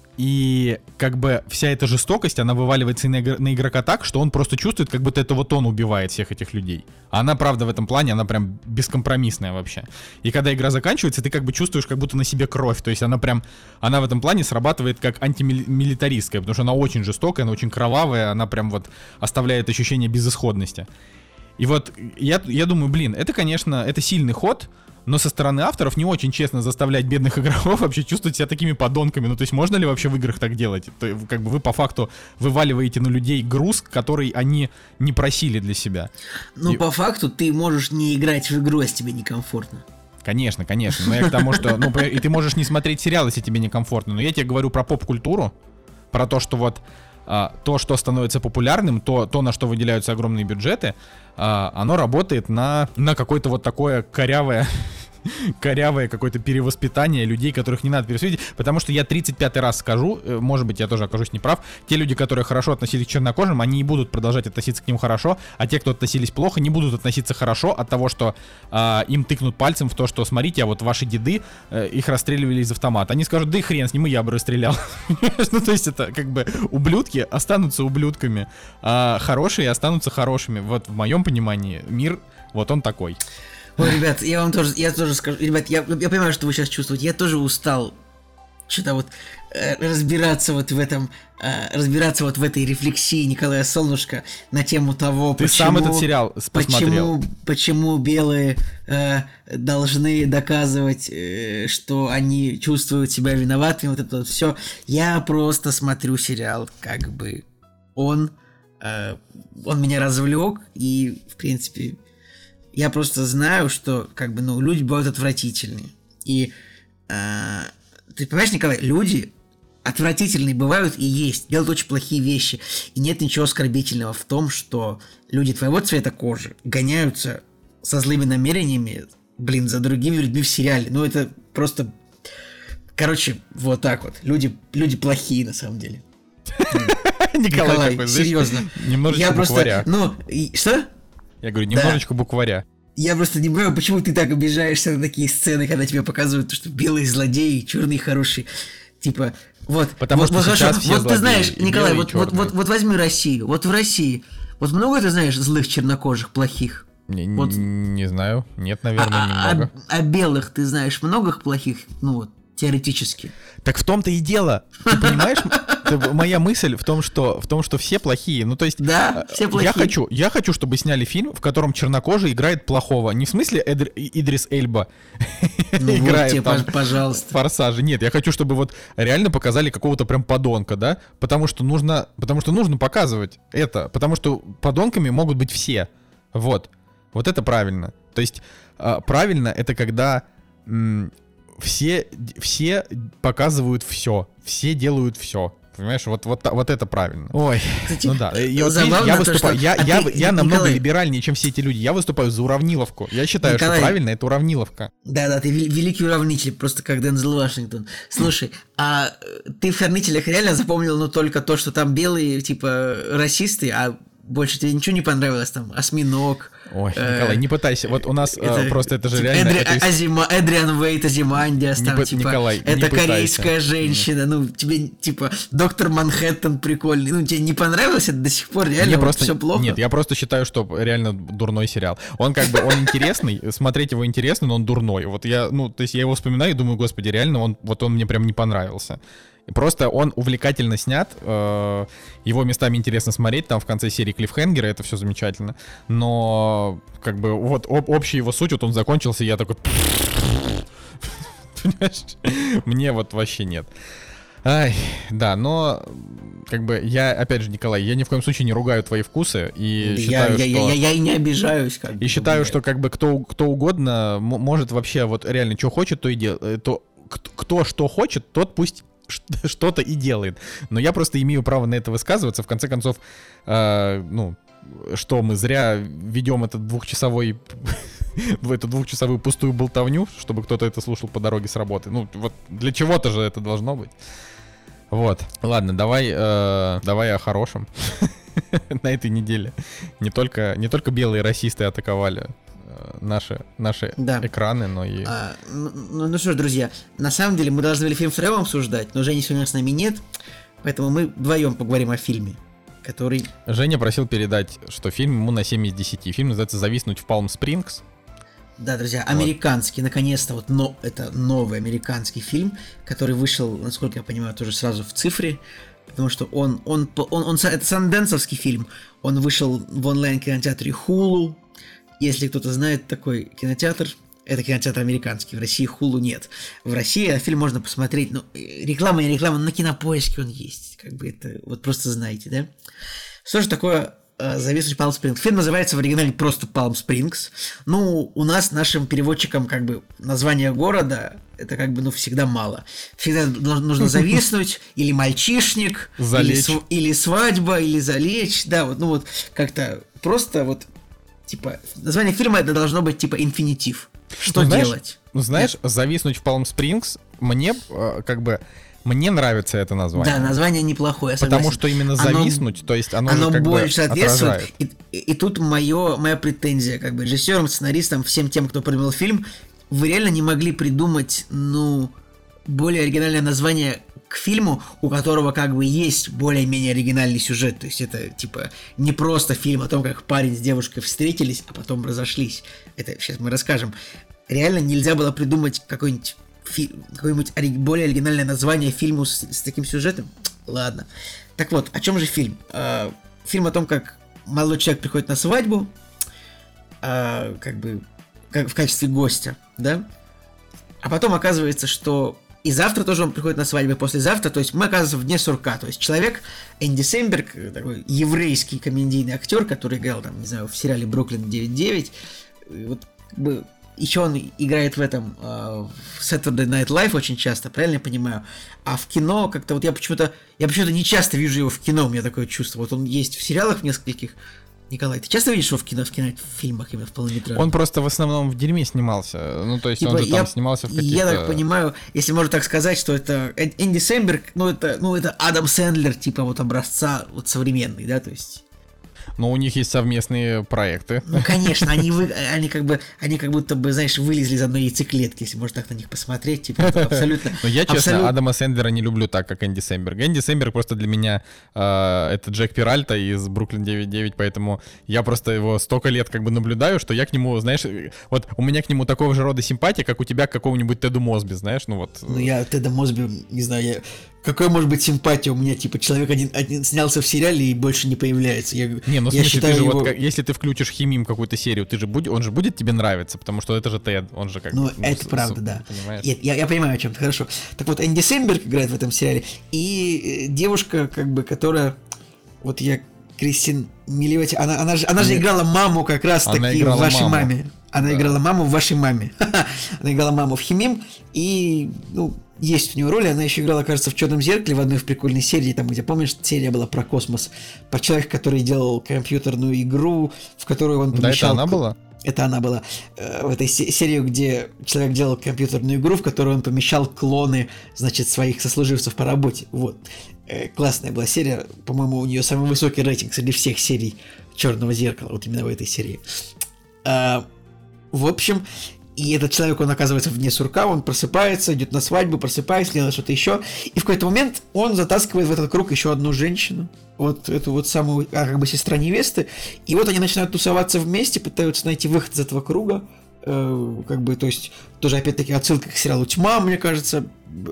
и как бы вся эта жестокость, она вываливается на, игр- на игрока так, что он просто чувствует, как будто это вот он убивает всех этих людей. А она, правда, в этом плане, она прям бескомпромиссная вообще. И когда игра заканчивается, ты как бы чувствуешь, как будто на себе кровь. То есть она прям, она в этом плане срабатывает как антимилитаристская, потому что она очень жестокая, она очень кровавая, она прям вот оставляет ощущение безысходности. И вот я, я думаю, блин, это, конечно, это сильный ход, но со стороны авторов не очень честно заставлять бедных игроков вообще чувствовать себя такими подонками. Ну, то есть можно ли вообще в играх так делать? То, как бы вы по факту вываливаете на людей груз, который они не просили для себя. Ну, и... по факту ты можешь не играть в игру, если тебе некомфортно. Конечно, конечно. Но я к тому, что... Ну, и ты можешь не смотреть сериал, если тебе некомфортно. Но я тебе говорю про поп-культуру, про то, что вот а, то, что становится популярным, то, то, на что выделяются огромные бюджеты, а, оно работает на, на какое-то вот такое корявое... корявое какое-то перевоспитание людей, которых не надо перевоспитывать, потому что я тридцать пятый раз скажу, может быть, я тоже окажусь неправ, те люди, которые хорошо относились к чернокожим, они и будут продолжать относиться к ним хорошо, а те, кто относились плохо, не будут относиться хорошо от того, что э, им тыкнут пальцем в то, что, смотрите, а вот ваши деды, э, их расстреливали из автомата. Они скажут, да и хрен с ним, и я бы расстрелял. Ну, то есть это как бы ублюдки останутся ублюдками, а хорошие останутся хорошими. Вот в моем понимании мир, вот он такой. Ой, ребят, я вам тоже, я тоже скажу, ребят, я, я понимаю, что вы сейчас чувствуете, я тоже устал что-то вот э, разбираться вот в этом, э, разбираться вот в этой рефлексии Николая Солнышко на тему того, Ты почему, сам этот сериал посмотрел. Почему, почему белые э, должны доказывать, э, что они чувствуют себя виноватыми, вот это вот все. Я просто смотрю сериал, как бы он, э, он меня развлек, и, в принципе... Я просто знаю, что, как бы, ну, люди бывают отвратительные. И э, ты понимаешь, Николай, люди отвратительные бывают и есть, делают очень плохие вещи. И нет ничего оскорбительного в том, что люди твоего цвета кожи гоняются со злыми намерениями, блин, за другими людьми в сериале. Ну, это просто... Короче, вот так вот. Люди, люди плохие, на самом деле. Николай, серьезно. Немножечко букваря. Ну, что? Я говорю, немножечко да. букваря. Я просто не понимаю, почему ты так обижаешься на такие сцены, когда тебе показывают, что белые злодеи, черные хорошие. Типа, вот. Потому вот, что вот, сейчас хорошо, все вот ты знаешь, Николай, вот, вот, вот, вот возьми Россию. Вот в России. Вот много ты знаешь злых чернокожих, плохих? Не, вот. не знаю. Нет, наверное, а, немного. А, а белых ты знаешь много плохих? Ну вот, теоретически. Так в том-то и дело. Ты понимаешь? Моя мысль в том, что в том, что все плохие. Ну, то есть, да, все плохие. Я хочу, я хочу, чтобы сняли фильм, в котором чернокожий играет плохого. Не в смысле Эдр, Идрис Эльба ну, играет вот тебе, там пожалуйста. Форсажи. Нет, я хочу, чтобы вот реально показали какого-то прям подонка, да? Потому что нужно, потому что нужно показывать это. Потому что подонками могут быть все. Вот. Вот это правильно. То есть, правильно это когда... М- Все, все показывают все, все делают все. Понимаешь, вот, вот, вот это правильно. Ой, кстати, ну да. И вот, видишь, я выступаю, то, я, а я, ты, я намного Николай... либеральнее, чем все эти люди. Я выступаю за уравниловку. Я считаю, Николай... что правильно это уравниловка. Да-да, ты великий уравнитель, просто как Дензел Вашингтон. Слушай, а ты в «Хранителях» реально запомнил, ну, только то, что там белые, типа, расисты, а больше тебе ничего не понравилось, там, осьминог. Ой, Николай, не пытайся. Вот у нас это, просто это же типа реально... Эдри... Это... Азима... Эдриан Вейт, Азимандиас, там, по... типа... Николай, это пытайся. корейская женщина, ну, тебе, типа, доктор Манхэттен прикольный. Ну, тебе не понравилось это до сих пор? Реально вот просто... все плохо? Нет, я просто считаю, что реально дурной сериал. Он как бы, он интересный, смотреть его интересно, но он дурной. Вот я, ну, то есть я его вспоминаю и думаю, господи, реально, он, вот он мне прям не понравился. Просто он увлекательно снят, э, его местами интересно смотреть, там в конце серии клиффхенгеры, это все замечательно, но как бы вот об, общая его суть, вот он закончился, и я такой... Понимаешь? Мне вот вообще нет. Ай, да, но как бы я, опять же, Николай, я ни в коем случае не ругаю твои вкусы и я, считаю, я, что... Я, я, я и не обижаюсь. Как и бы, считаю, бывает. что как бы кто, кто угодно м- может вообще вот реально что хочет, то и делает. То, кто, кто что хочет, тот пусть что-то и делает. Но я просто имею право на это высказываться. В конце концов, э, ну, что мы зря ведем этот двухчасовой в эту двухчасовую пустую болтовню, чтобы кто-то это слушал по дороге с работы. Ну, вот для чего-то же это должно быть. Вот. Ладно, давай, э, давай о хорошем. На этой неделе. Не только, не только белые расисты атаковали наши, наши да. экраны, но и... А, ну, ну что ж, друзья, на самом деле мы должны были фильм втроем обсуждать, но Жени сегодня с нами нет, поэтому мы вдвоем поговорим о фильме, который... Женя просил передать, что фильм ему на семь из десяти. Фильм называется «Зависнуть в Палм-Спрингс». Да, друзья, американский, вот. Наконец-то, вот но, это новый американский фильм, который вышел, насколько я понимаю, тоже сразу в цифре, потому что он, он, он, он, он это санденсовский фильм, он вышел в онлайн-кинотеатре Hulu. Если кто-то знает такой кинотеатр, это кинотеатр американский, в России Hulu нет. В России фильм можно посмотреть, ну, реклама и реклама, на Кинопоиске он есть, как бы это, вот просто знаете, да? Что же такое э, «Зависнуть в Палм Спрингс»? Фильм называется в оригинале просто «Палм Спрингс». Ну, у нас, нашим переводчикам, как бы, название города, это как бы, ну, всегда мало. Всегда нужно зависнуть, или мальчишник, или свадьба, или залечь, да, вот, ну, вот, как-то просто вот... Типа, название фильма это должно быть типа инфинитив. Что ну, знаешь, делать? Ну, знаешь, Нет. «Зависнуть в Палм-Спрингс» мне э, как бы мне нравится это название. Да, название неплохое, я Потому согласен. что именно зависнуть, оно, то есть оно, оно же как больше бы соответствует. И, и, и тут моё, моя претензия, как бы режиссерам, сценаристам, всем тем, кто придумал фильм, вы реально не могли придумать, ну, более оригинальное название к фильму, у которого как бы есть более-менее оригинальный сюжет. То есть это типа не просто фильм о том, как парень с девушкой встретились, а потом разошлись. Это сейчас мы расскажем. Реально нельзя было придумать какой-нибудь фи- какое-нибудь ори- более оригинальное название фильму с, с таким сюжетом? Ладно. Так вот, о чем же фильм? А, фильм о том, как молодой человек приходит на свадьбу, а, как бы как в качестве гостя, да? А потом оказывается, что и завтра тоже он приходит на свадьбу, и послезавтра, то есть мы оказываемся вне сурка. То есть человек, Энди Сэмберг, такой еврейский комедийный актер, который играл там, не знаю, в сериале «Бруклин девять девять», вот как бы еще он играет в этом, э, в Saturday Night Live очень часто, правильно я понимаю? А в кино как-то вот я почему-то, я почему-то не часто вижу его в кино, у меня такое чувство. Вот он есть в сериалах в нескольких. Николай, ты часто видишь его в кино, в кино, в фильмах, именно в полнометражных? Он просто в основном в дерьме снимался. Ну, то есть типа он же там я, снимался в каких-то... Я так понимаю, если можно так сказать, что это Энди Сэмберг, ну это, ну это Адам Сэндлер, типа вот образца вот современный, да, то есть... Но у них есть совместные проекты. Ну, конечно, они, вы, они, как бы, они как будто бы, знаешь, вылезли из одной яйцеклетки, если можно так на них посмотреть. Типа, абсолютно. Но я, честно, абсолютно... Адама Сэндлера не люблю так, как Энди Сэмберг. Энди Сэмберг просто для меня э, это Джек Перальта из Бруклин девять девять, поэтому я просто его столько лет как бы наблюдаю, что я к нему, знаешь, вот у меня к нему такого же рода симпатия, как у тебя к какому-нибудь Теду Мосби, знаешь, ну вот. Ну я Теда Мосби, не знаю, я... Какая может быть симпатия у меня, типа, человек один, один снялся в сериале и больше не появляется. Я, не, ну в я смысле, считаю ты же его... вот, если ты включишь Химим какую-то серию, ты же будь, он же будет тебе нравиться, потому что это же Тед, он же как... Ну, ну это с, правда, с, да. Понимаешь? Я, я, я понимаю, о чем ты, хорошо. Так вот, Энди Сэмберг играет в этом сериале, и девушка, как бы, которая... Вот я... Кристин Милливати, она, она, же, она же играла маму как раз-таки в вашей маму. маме. Она да. играла маму в вашей маме. Она играла маму в Химим, и, ну, есть у нее роль, она еще играла, кажется, в «Черном зеркале» в одной в прикольной серии, там, где, помнишь, серия была про космос, про человека, который делал компьютерную игру, в которую он помещал... Да, это она была? Это она была. В этой серии, где человек делал компьютерную игру, в которую он помещал клоны, значит, своих сослуживцев по работе. Вот. Классная была серия. По-моему, у нее самый высокий рейтинг среди всех серий «Черного зеркала». Вот именно в этой серии. А, в общем, и этот человек, он оказывается вне сурка, он просыпается, идет на свадьбу, просыпается, делает что-то еще. И в какой-то момент он затаскивает в этот круг еще одну женщину. Вот эту вот самую, а, как бы сестра невесты. И вот они начинают тусоваться вместе, пытаются найти выход из этого круга. Э, как бы, то есть, тоже опять-таки отсылка к сериалу «Тьма», мне кажется.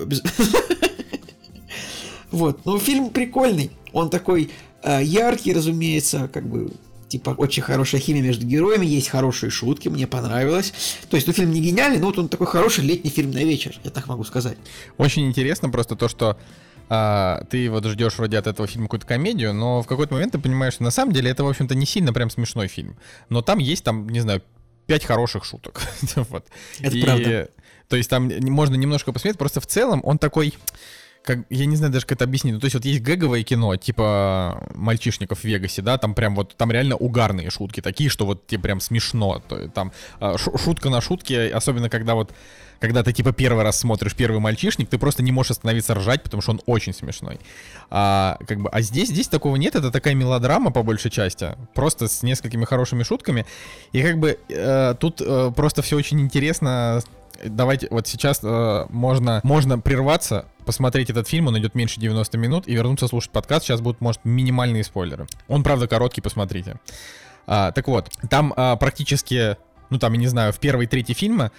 Вот. Ну, фильм прикольный. Он такой яркий, разумеется, как бы, типа, очень хорошая химия между героями, есть хорошие шутки, мне понравилось. То есть, ну, фильм не гениальный, но вот он такой хороший летний фильм на вечер, я так могу сказать. Очень интересно просто то, что а, ты вот ждешь вроде от этого фильма какую-то комедию, но в какой-то момент ты понимаешь, что на самом деле это, в общем-то, не сильно прям смешной фильм. Но там есть, там, не знаю, пять хороших шуток. Вот. Это И, правда. То есть там можно немножко посмотреть, просто в целом он такой... Как, я не знаю даже, как это объяснить. Ну, то есть вот есть гэговое кино, типа «Мальчишников в Вегасе», да, там прям вот, там реально угарные шутки такие, что вот тебе прям смешно. То, там шутка на шутке, особенно когда вот, когда ты типа первый раз смотришь «Первый мальчишник», ты просто не можешь остановиться ржать, потому что он очень смешной. А, как бы, а здесь, здесь такого нет, это такая мелодрама по большей части, просто с несколькими хорошими шутками. И как бы э, тут э, просто все очень интересно. Давайте, вот сейчас э, можно, можно прерваться, посмотреть этот фильм, он идет меньше девяносто минут, и вернуться слушать подкаст. Сейчас будут, может, минимальные спойлеры. Он, правда, короткий, посмотрите. А, так вот, там а, практически, ну там, я не знаю, в первой трети фильма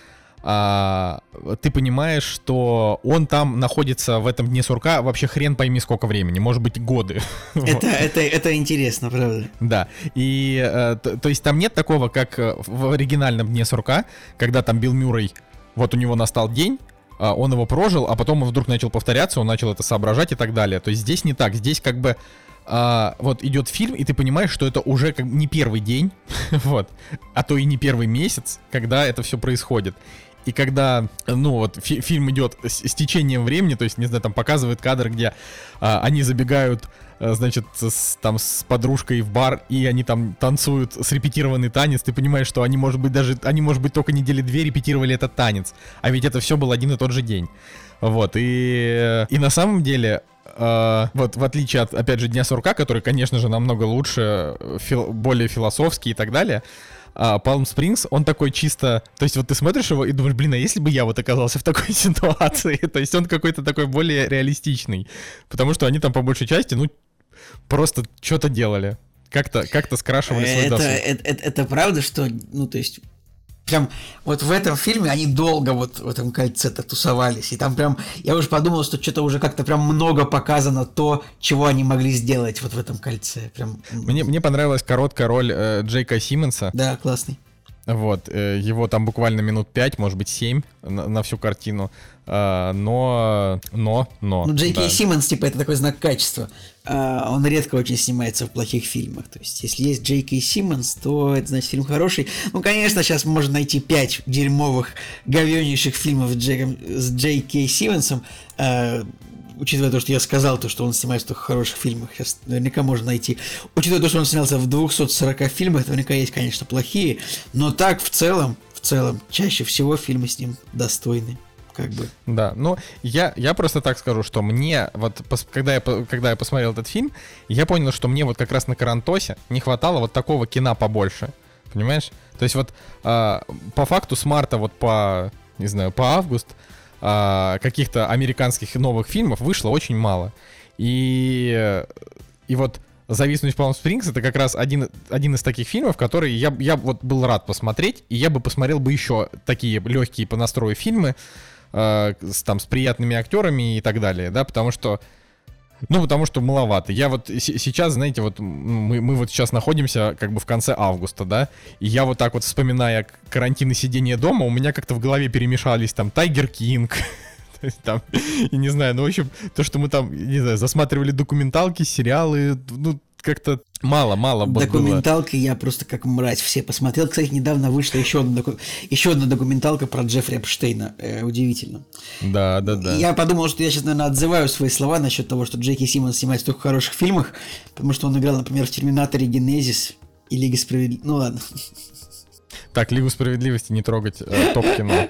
а, ты понимаешь, что он там находится в этом дне сурка вообще хрен пойми сколько времени, может быть, годы. Это, это, это интересно, правда. Да, и а, то, то есть там нет такого, как в оригинальном дне сурка, когда там Билл Мюррей, вот у него настал день, он его прожил, а потом он вдруг начал повторяться, он начал это соображать и так далее. То есть здесь не так, здесь как бы а, вот идет фильм, и ты понимаешь, что это уже как не первый день, вот, а то и не первый месяц, когда это все происходит. И когда, ну вот, фи- фильм идет с, с течением времени, то есть, не знаю, там показывают кадр, где а, они забегают, а, значит, с, там с подружкой в бар, и они там танцуют срепетированный танец, ты понимаешь, что они, может быть, даже, они, может быть, только недели две репетировали этот танец, а ведь это все был один и тот же день. Вот, и, и на самом деле, э, вот в отличие от, опять же, Дня сурка, который, конечно же, намного лучше, фил, более философский и так далее, Palm Springs, он такой чисто... То есть вот ты смотришь его и думаешь, блин, а если бы я вот оказался в такой ситуации? То есть он какой-то такой более реалистичный. Потому что они там по большей части, ну, просто что-то делали. Как-то, как-то скрашивали свой это, досуг. Это, это, это правда, что, ну, то есть... Прям вот в этом фильме они долго вот в этом кольце-то тусовались. И там прям, я уже подумал, что что-то уже как-то прям много показано то, чего они могли сделать вот в этом кольце. Прям... Мне, мне понравилась короткая роль э, Джейка Симмонса. Да, классный. Вот, э, его там буквально минут пять, может быть, семь на, на всю картину. Э, но, но, но. Ну, Джей Кей да. Симмонс, типа, это такой знак качества. Uh, он редко очень снимается в плохих фильмах. То есть, если есть Джей Кей Симмонс, то это значит фильм хороший. Ну, конечно, сейчас можно найти пять дерьмовых, говеннейших фильмов с, Джейком, с Джей Кей Симмонсом. Uh, учитывая то, что я сказал, то, что он снимается только в хороших фильмах, сейчас наверняка можно найти. Учитывая то, что он снялся в двухсот сорока фильмах, наверняка есть, конечно, плохие. Но так, в целом, в целом, чаще всего фильмы с ним достойны. Как бы. Да, ну, я, я просто так скажу, что мне, вот, пос, когда, я, когда я посмотрел этот фильм, я понял, что мне вот как раз на Карантосе не хватало вот такого кино побольше, понимаешь? То есть вот э, по факту с марта вот по, не знаю, по август э, каких-то американских новых фильмов вышло очень мало. И, и вот «Зависнуть в Palm Springs» — это как раз один, один из таких фильмов, которые я, я вот был рад посмотреть, и я бы посмотрел бы еще такие легкие по настрою фильмы, Э, с, там, с приятными актерами и так далее, да, потому что, ну, потому что маловато. Я вот с- сейчас, знаете, вот мы, мы вот сейчас находимся как бы в конце августа, да, и я вот так вот, вспоминая карантин и сидение дома, у меня как-то в голове перемешались там «Тайгер Кинг», то есть там, я не знаю, ну, в общем, то, что мы там, не знаю, засматривали документалки, сериалы, ну, как-то мало-мало было. Документалки я просто как мразь все посмотрел. Кстати, недавно вышла еще одна, доку... еще одна документалка про Джеффри Эпштейна. Э, удивительно. Да, да, да. Я подумал, что я сейчас, наверное, отзываю свои слова насчет того, что Джеки Симмонс снимается только в хороших фильмах, потому что он играл, например, в «Терминаторе», «Генезис» и «Лиге справедливости». Ну ладно. Так, «Лигу справедливости» не трогать, э, топ-кино.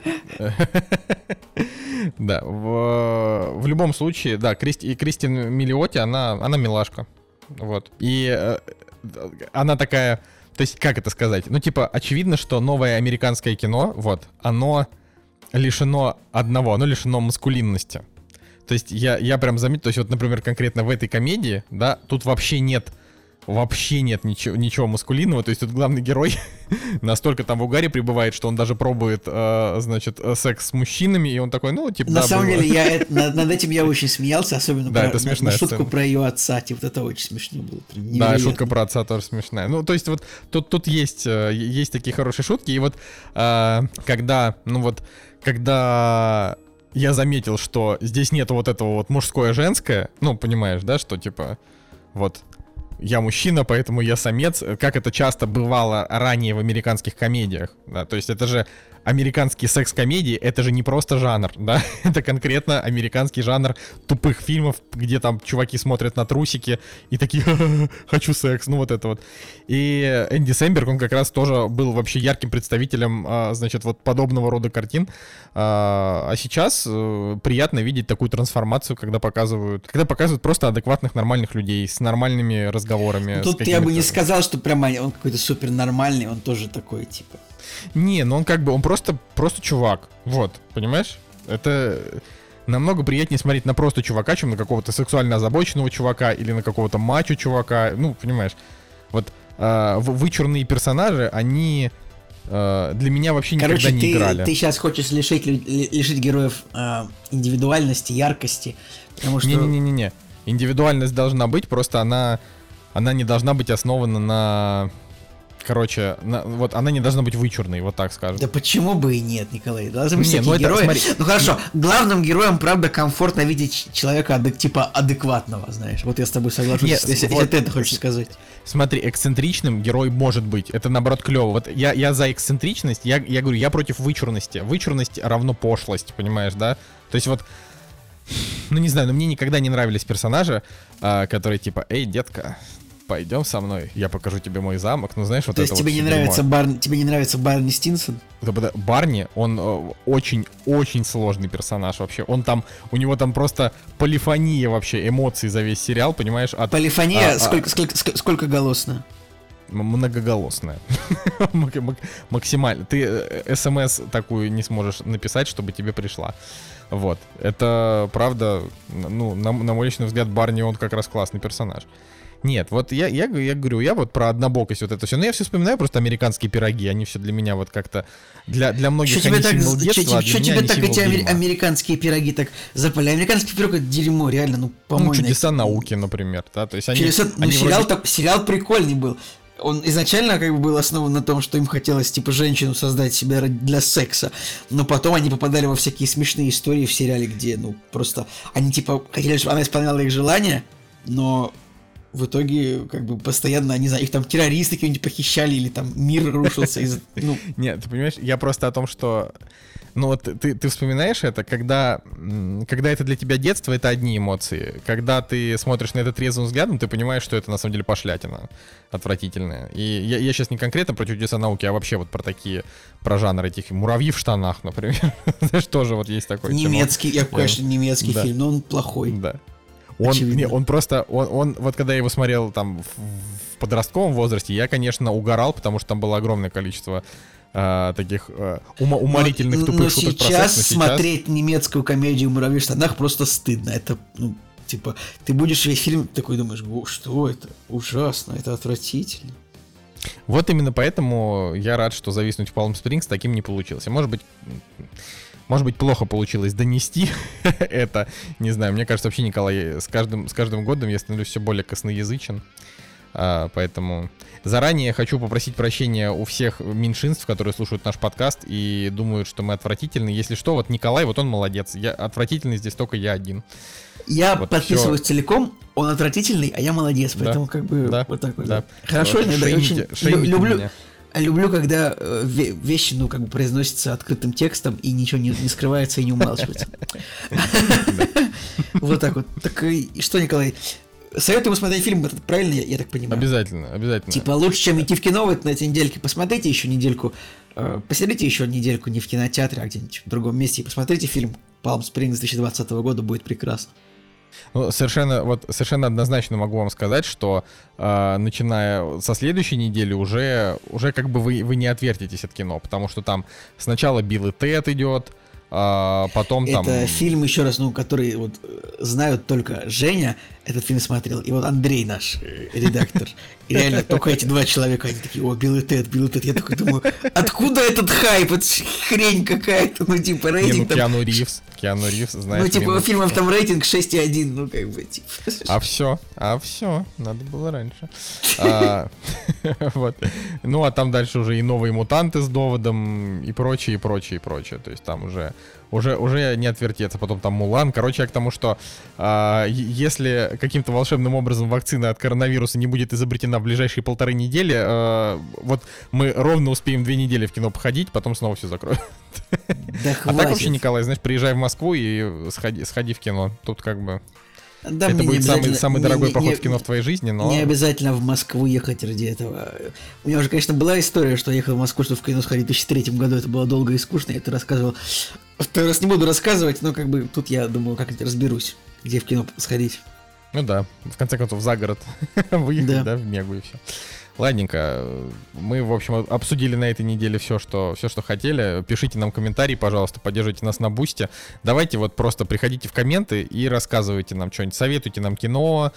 Да, в, в любом случае, да, Кристи, и Кристин Миллиотти, она, она милашка. Вот. И э, она такая, то есть, как это сказать? Ну, типа, очевидно, что новое американское кино, вот, оно лишено одного, оно лишено маскулинности. То есть, я, я прям заметил, то есть, вот, например, конкретно в этой комедии, да, тут вообще нет Вообще нет ничего, ничего маскулинного. То есть тут главный герой настолько там в угаре пребывает, что он даже пробует, э, значит, секс с мужчинами, и он такой, ну, типа, На да, самом было. деле, я это, над, над этим я очень смеялся, особенно да, про, это смешная на шутку сцена. про ее отца. Типа, вот это очень смешно было. Да, шутка про отца тоже смешная. Ну, то есть вот тут, тут есть, есть такие хорошие шутки. И вот э, когда, ну вот, когда я заметил, что здесь нету вот этого вот мужское-женское, ну, понимаешь, да, что типа, вот... Я мужчина, поэтому я самец, как это часто бывало ранее в американских комедиях, да, то есть это же американские секс-комедии, это же не просто жанр, да, это конкретно американский жанр тупых фильмов, где там чуваки смотрят на трусики и такие, хочу секс, ну вот это вот. И Энди Сэмберг, он как раз тоже был вообще ярким представителем, значит, вот подобного рода картин, а сейчас приятно видеть такую трансформацию, когда показывают, когда показывают просто адекватных нормальных людей с нормальными разговорами. Тут я бы не сказал, что прямо он какой-то супер нормальный, он тоже такой, типа. Не, ну он как бы, он просто, просто чувак, вот, понимаешь? Это намного приятнее смотреть на просто чувака, чем на какого-то сексуально озабоченного чувака или на какого-то мачо чувака, ну, понимаешь? Вот э, вычурные персонажи, они э, для меня вообще никогда Короче, не ты, играли. ты сейчас хочешь лишить, лишить героев э, индивидуальности, яркости, потому что... Не-не-не-не, индивидуальность должна быть, просто она, она не должна быть основана на... Короче, на, вот она не должна быть вычурной, вот так скажем. Да почему бы и нет, Николай? Должны быть не, всякие ну это, герои. смотри, ну хорошо, главным героем, правда, комфортно видеть человека адек, типа адекватного, знаешь. Вот я с тобой соглашусь, нет, если, вот, если ты это хочешь сказать. Смотри, эксцентричным герой может быть. Это наоборот клево. Вот я, я за эксцентричность, я, я говорю, я против вычурности. Вычурность равно пошлость, понимаешь, да? То есть вот, ну не знаю, но мне никогда не нравились персонажи, а, которые типа, эй, детка, пойдем со мной, я покажу тебе мой замок. Ну, знаешь, вот То это есть вот. тебе не нравится Барни, тебе не нравится Барни Стинсон? Барни, он очень-очень сложный персонаж вообще. Он там, у него там просто полифония вообще эмоций за весь сериал, понимаешь? От, полифония? А, сколько, а, сколько, сколько, сколько голосная? Многоголосная. Максимально. Ты смс такую не сможешь написать, чтобы тебе пришла. Вот. Это правда, ну, на, на мой личный взгляд, Барни, он как раз классный персонаж. Нет, вот я, я, я говорю, я вот про однобокость вот это все. Но я все вспоминаю просто американские пироги. Они все для меня вот как-то... Для, для многих что они тебе символ так, детства, что, а для что меня тебе они так символ эти амер, дерьма. американские пироги так запали? Американский пирог — это дерьмо, реально, ну, по-моему. Ну, чудеса науки, например, да, то есть они... Чудеса, ну, они сериал, вроде... так, сериал прикольный был. Он изначально как бы был основан на том, что им хотелось типа женщину создать себе для секса, но потом они попадали во всякие смешные истории в сериале, где, ну, просто они типа хотели, чтобы она исполняла их желания, но в итоге, как бы, постоянно, не знаю, их там террористы какие-нибудь похищали, или там мир рушился из... Ну... Нет, ты понимаешь, я просто о том, что... Ну вот ты, ты вспоминаешь это, когда, когда это для тебя детство, это одни эмоции. Когда ты смотришь на это трезвым взглядом, ты понимаешь, что это на самом деле пошлятина отвратительная. И я, я сейчас не конкретно про чудеса науки, а вообще вот про такие, про жанр этих муравьи в штанах, например. Знаешь, тоже вот есть такой. Немецкий, я, конечно, немецкий фильм, но он плохой. Да. Он, не, он просто, он, он, вот когда я его смотрел там в, в подростковом возрасте, я, конечно, угорал, потому что там было огромное количество э, таких э, ума, уморительных но, тупых но шуток сейчас про секс. Но сейчас смотреть немецкую комедию «Муравьи в штанах» просто стыдно. Это, ну, типа, ты будешь весь фильм такой думаешь, что это? Ужасно, это отвратительно. Вот именно поэтому я рад, что «Зависнуть в Палм Спрингс» таким не получилось. Может быть... Может быть, плохо получилось донести это, не знаю, мне кажется, вообще, Николай, с каждым, с каждым годом я становлюсь все более косноязычен, А, поэтому заранее хочу попросить прощения у всех меньшинств, которые слушают наш подкаст и думают, что мы отвратительны. Если что, вот Николай, вот он молодец. Я отвратительный здесь только я один. Я вот подписываюсь всё. целиком, он отвратительный, а я молодец, поэтому да, как бы да, вот так вот. Да. Хорошо, вот, иногда шеймите, очень шеймите люблю, меня. люблю, когда э, вещи, ну, как бы произносятся открытым текстом и ничего не, не скрывается и не умалчивается. Вот так вот. Так и что, Николай? Советую смотреть фильм этот, правильно, я, я так понимаю? Обязательно, обязательно. Типа лучше, чем идти в кино вот на этой недельке. Посмотрите еще недельку, э, посидите еще недельку не в кинотеатре, а где-нибудь в другом месте и посмотрите фильм Palm Springs две тысячи двадцатого года, будет прекрасно. Ну, совершенно, вот, совершенно однозначно могу вам сказать, что э, начиная со следующей недели уже, уже как бы вы, вы не отвертитесь от кино, потому что там сначала Билл и Тед идет, а потом это там... Это фильм, еще раз, ну, который вот знают только Женя, этот фильм смотрел, и вот Андрей наш редактор. И реально только эти два человека, они такие: о, Билл и Тед, Билл и Тед. Я такой думаю, откуда этот хайп? Это хрень какая-то, ну, типа, рейтинг. Не, ну, там... Киану Ривз, Киану Ривз, знаешь. Ну, типа, минус... у фильмов там рейтинг шесть и один, ну, как бы, типа. А все, а все, надо было раньше. а, вот. Ну, а там дальше уже и новые мутанты с доводом, и прочее, и прочее, и прочее. То есть там уже, уже, уже не отвертеться. Потом там Мулан. Короче, я к тому, что а, если каким-то волшебным образом вакцина от коронавируса не будет изобретена в ближайшие полторы недели, а, вот мы ровно успеем две недели в кино походить, потом снова все закроют. Да а так вообще, Николай, знаешь, приезжай в Москву и сходи, сходи в кино. Тут как бы... Да, это будет самый, самый не, дорогой не, поход не, в кино в твоей жизни, но... Не обязательно в Москву ехать ради этого. У меня уже, конечно, была история, что я ехал в Москву, чтобы в кино сходить в две тысячи третьем году. Это было долго и скучно, я это рассказывал. Второй раз не буду рассказывать, но как бы тут я думаю, как-нибудь разберусь, где в кино сходить. Ну да, в конце концов, за город выехать, да. да, в Мегу и все. Ладненько, мы, в общем, обсудили на этой неделе все, что, все, что хотели. Пишите нам комментарии, пожалуйста, поддержите нас на Бусте. Давайте вот просто приходите в комменты и рассказывайте нам что-нибудь. Советуйте нам кино,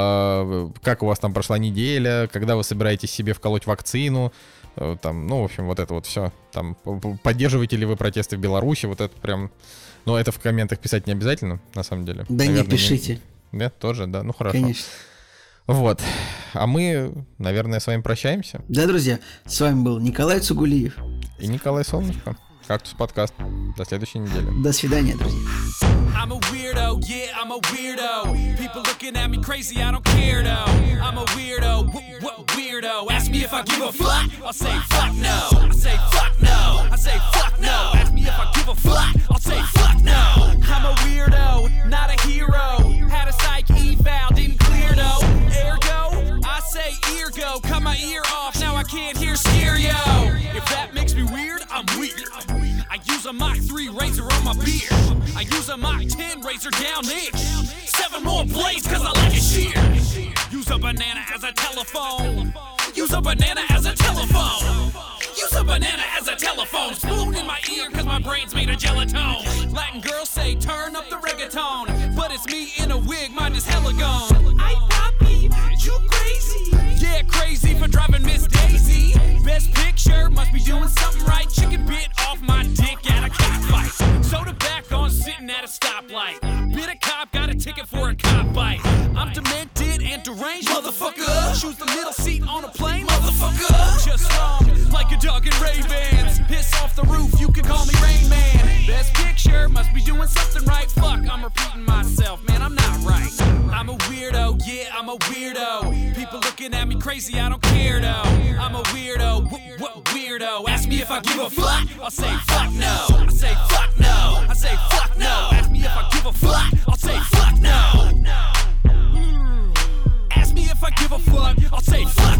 э, как у вас там прошла неделя, когда вы собираетесь себе вколоть вакцину. Э, там, ну, в общем, вот это вот все. Там, поддерживаете ли вы протесты в Беларуси, вот это прям... Но это в комментах писать не обязательно, на самом деле. Да. Наверное, не пишите. Не... Да, тоже, да, ну хорошо. Конечно. Вот. А мы, наверное, с вами прощаемся. Да, друзья, с вами был Николай Цугулиев. И Николай Солнышко. Кактус подкаст. До следующей недели. До свидания, друзья. I'm a weirdo, yeah, I'm a weirdo. People looking at me crazy, I don't care though. I'm a weirdo, w- w- weirdo. Ask me if I give a fuck, I'll say fuck no. I say fuck no, I say fuck no. Ask me if I give a fuck, I'll say fuck no. I'm a weirdo, not a hero. Had a psych eval, didn't clear though. Ergo, I say ear go, cut my ear off, now I can't hear stereo. If that makes me weird, I'm weird. I use a Mach three razor on my beard. I use a Mach ten razor down there. Seven more blades cause I like it sheer. Use a banana as a telephone. Use a banana as a telephone. Use a banana as a telephone. Spoon in my ear cause my brain's made of gelatine. Latin girls say turn up the reggaeton. But it's me in a wig, mine is hella gone. I Poppy, you crazy. Yeah, crazy for driving Miss Daisy. Best picture, must be doing something right. Chicken bit off my dick at a cockfight. Soda back on sitting at a stoplight. Bit a cop, got a ticket for a cop bite. I'm demented and deranged, motherfucker. Choose the middle seat on a plane, motherfucker. Just wrong, like a dog in Ray-Bans. Piss off the roof, you can call me Rain Man. Best picture, must be doing something right. Fuck, I'm repeating myself, man, I'm not right. I'm a weirdo, yeah, I'm a weirdo. People looking at me crazy, I don't care though. I'm a weirdo, w- w- weirdo. Ask me if I give a fuck, I'll say fuck no. I say fuck no, I say fuck no. Ask me if I give a fuck, I'll say fuck no. Ask me if I give a fuck, I'll say fuck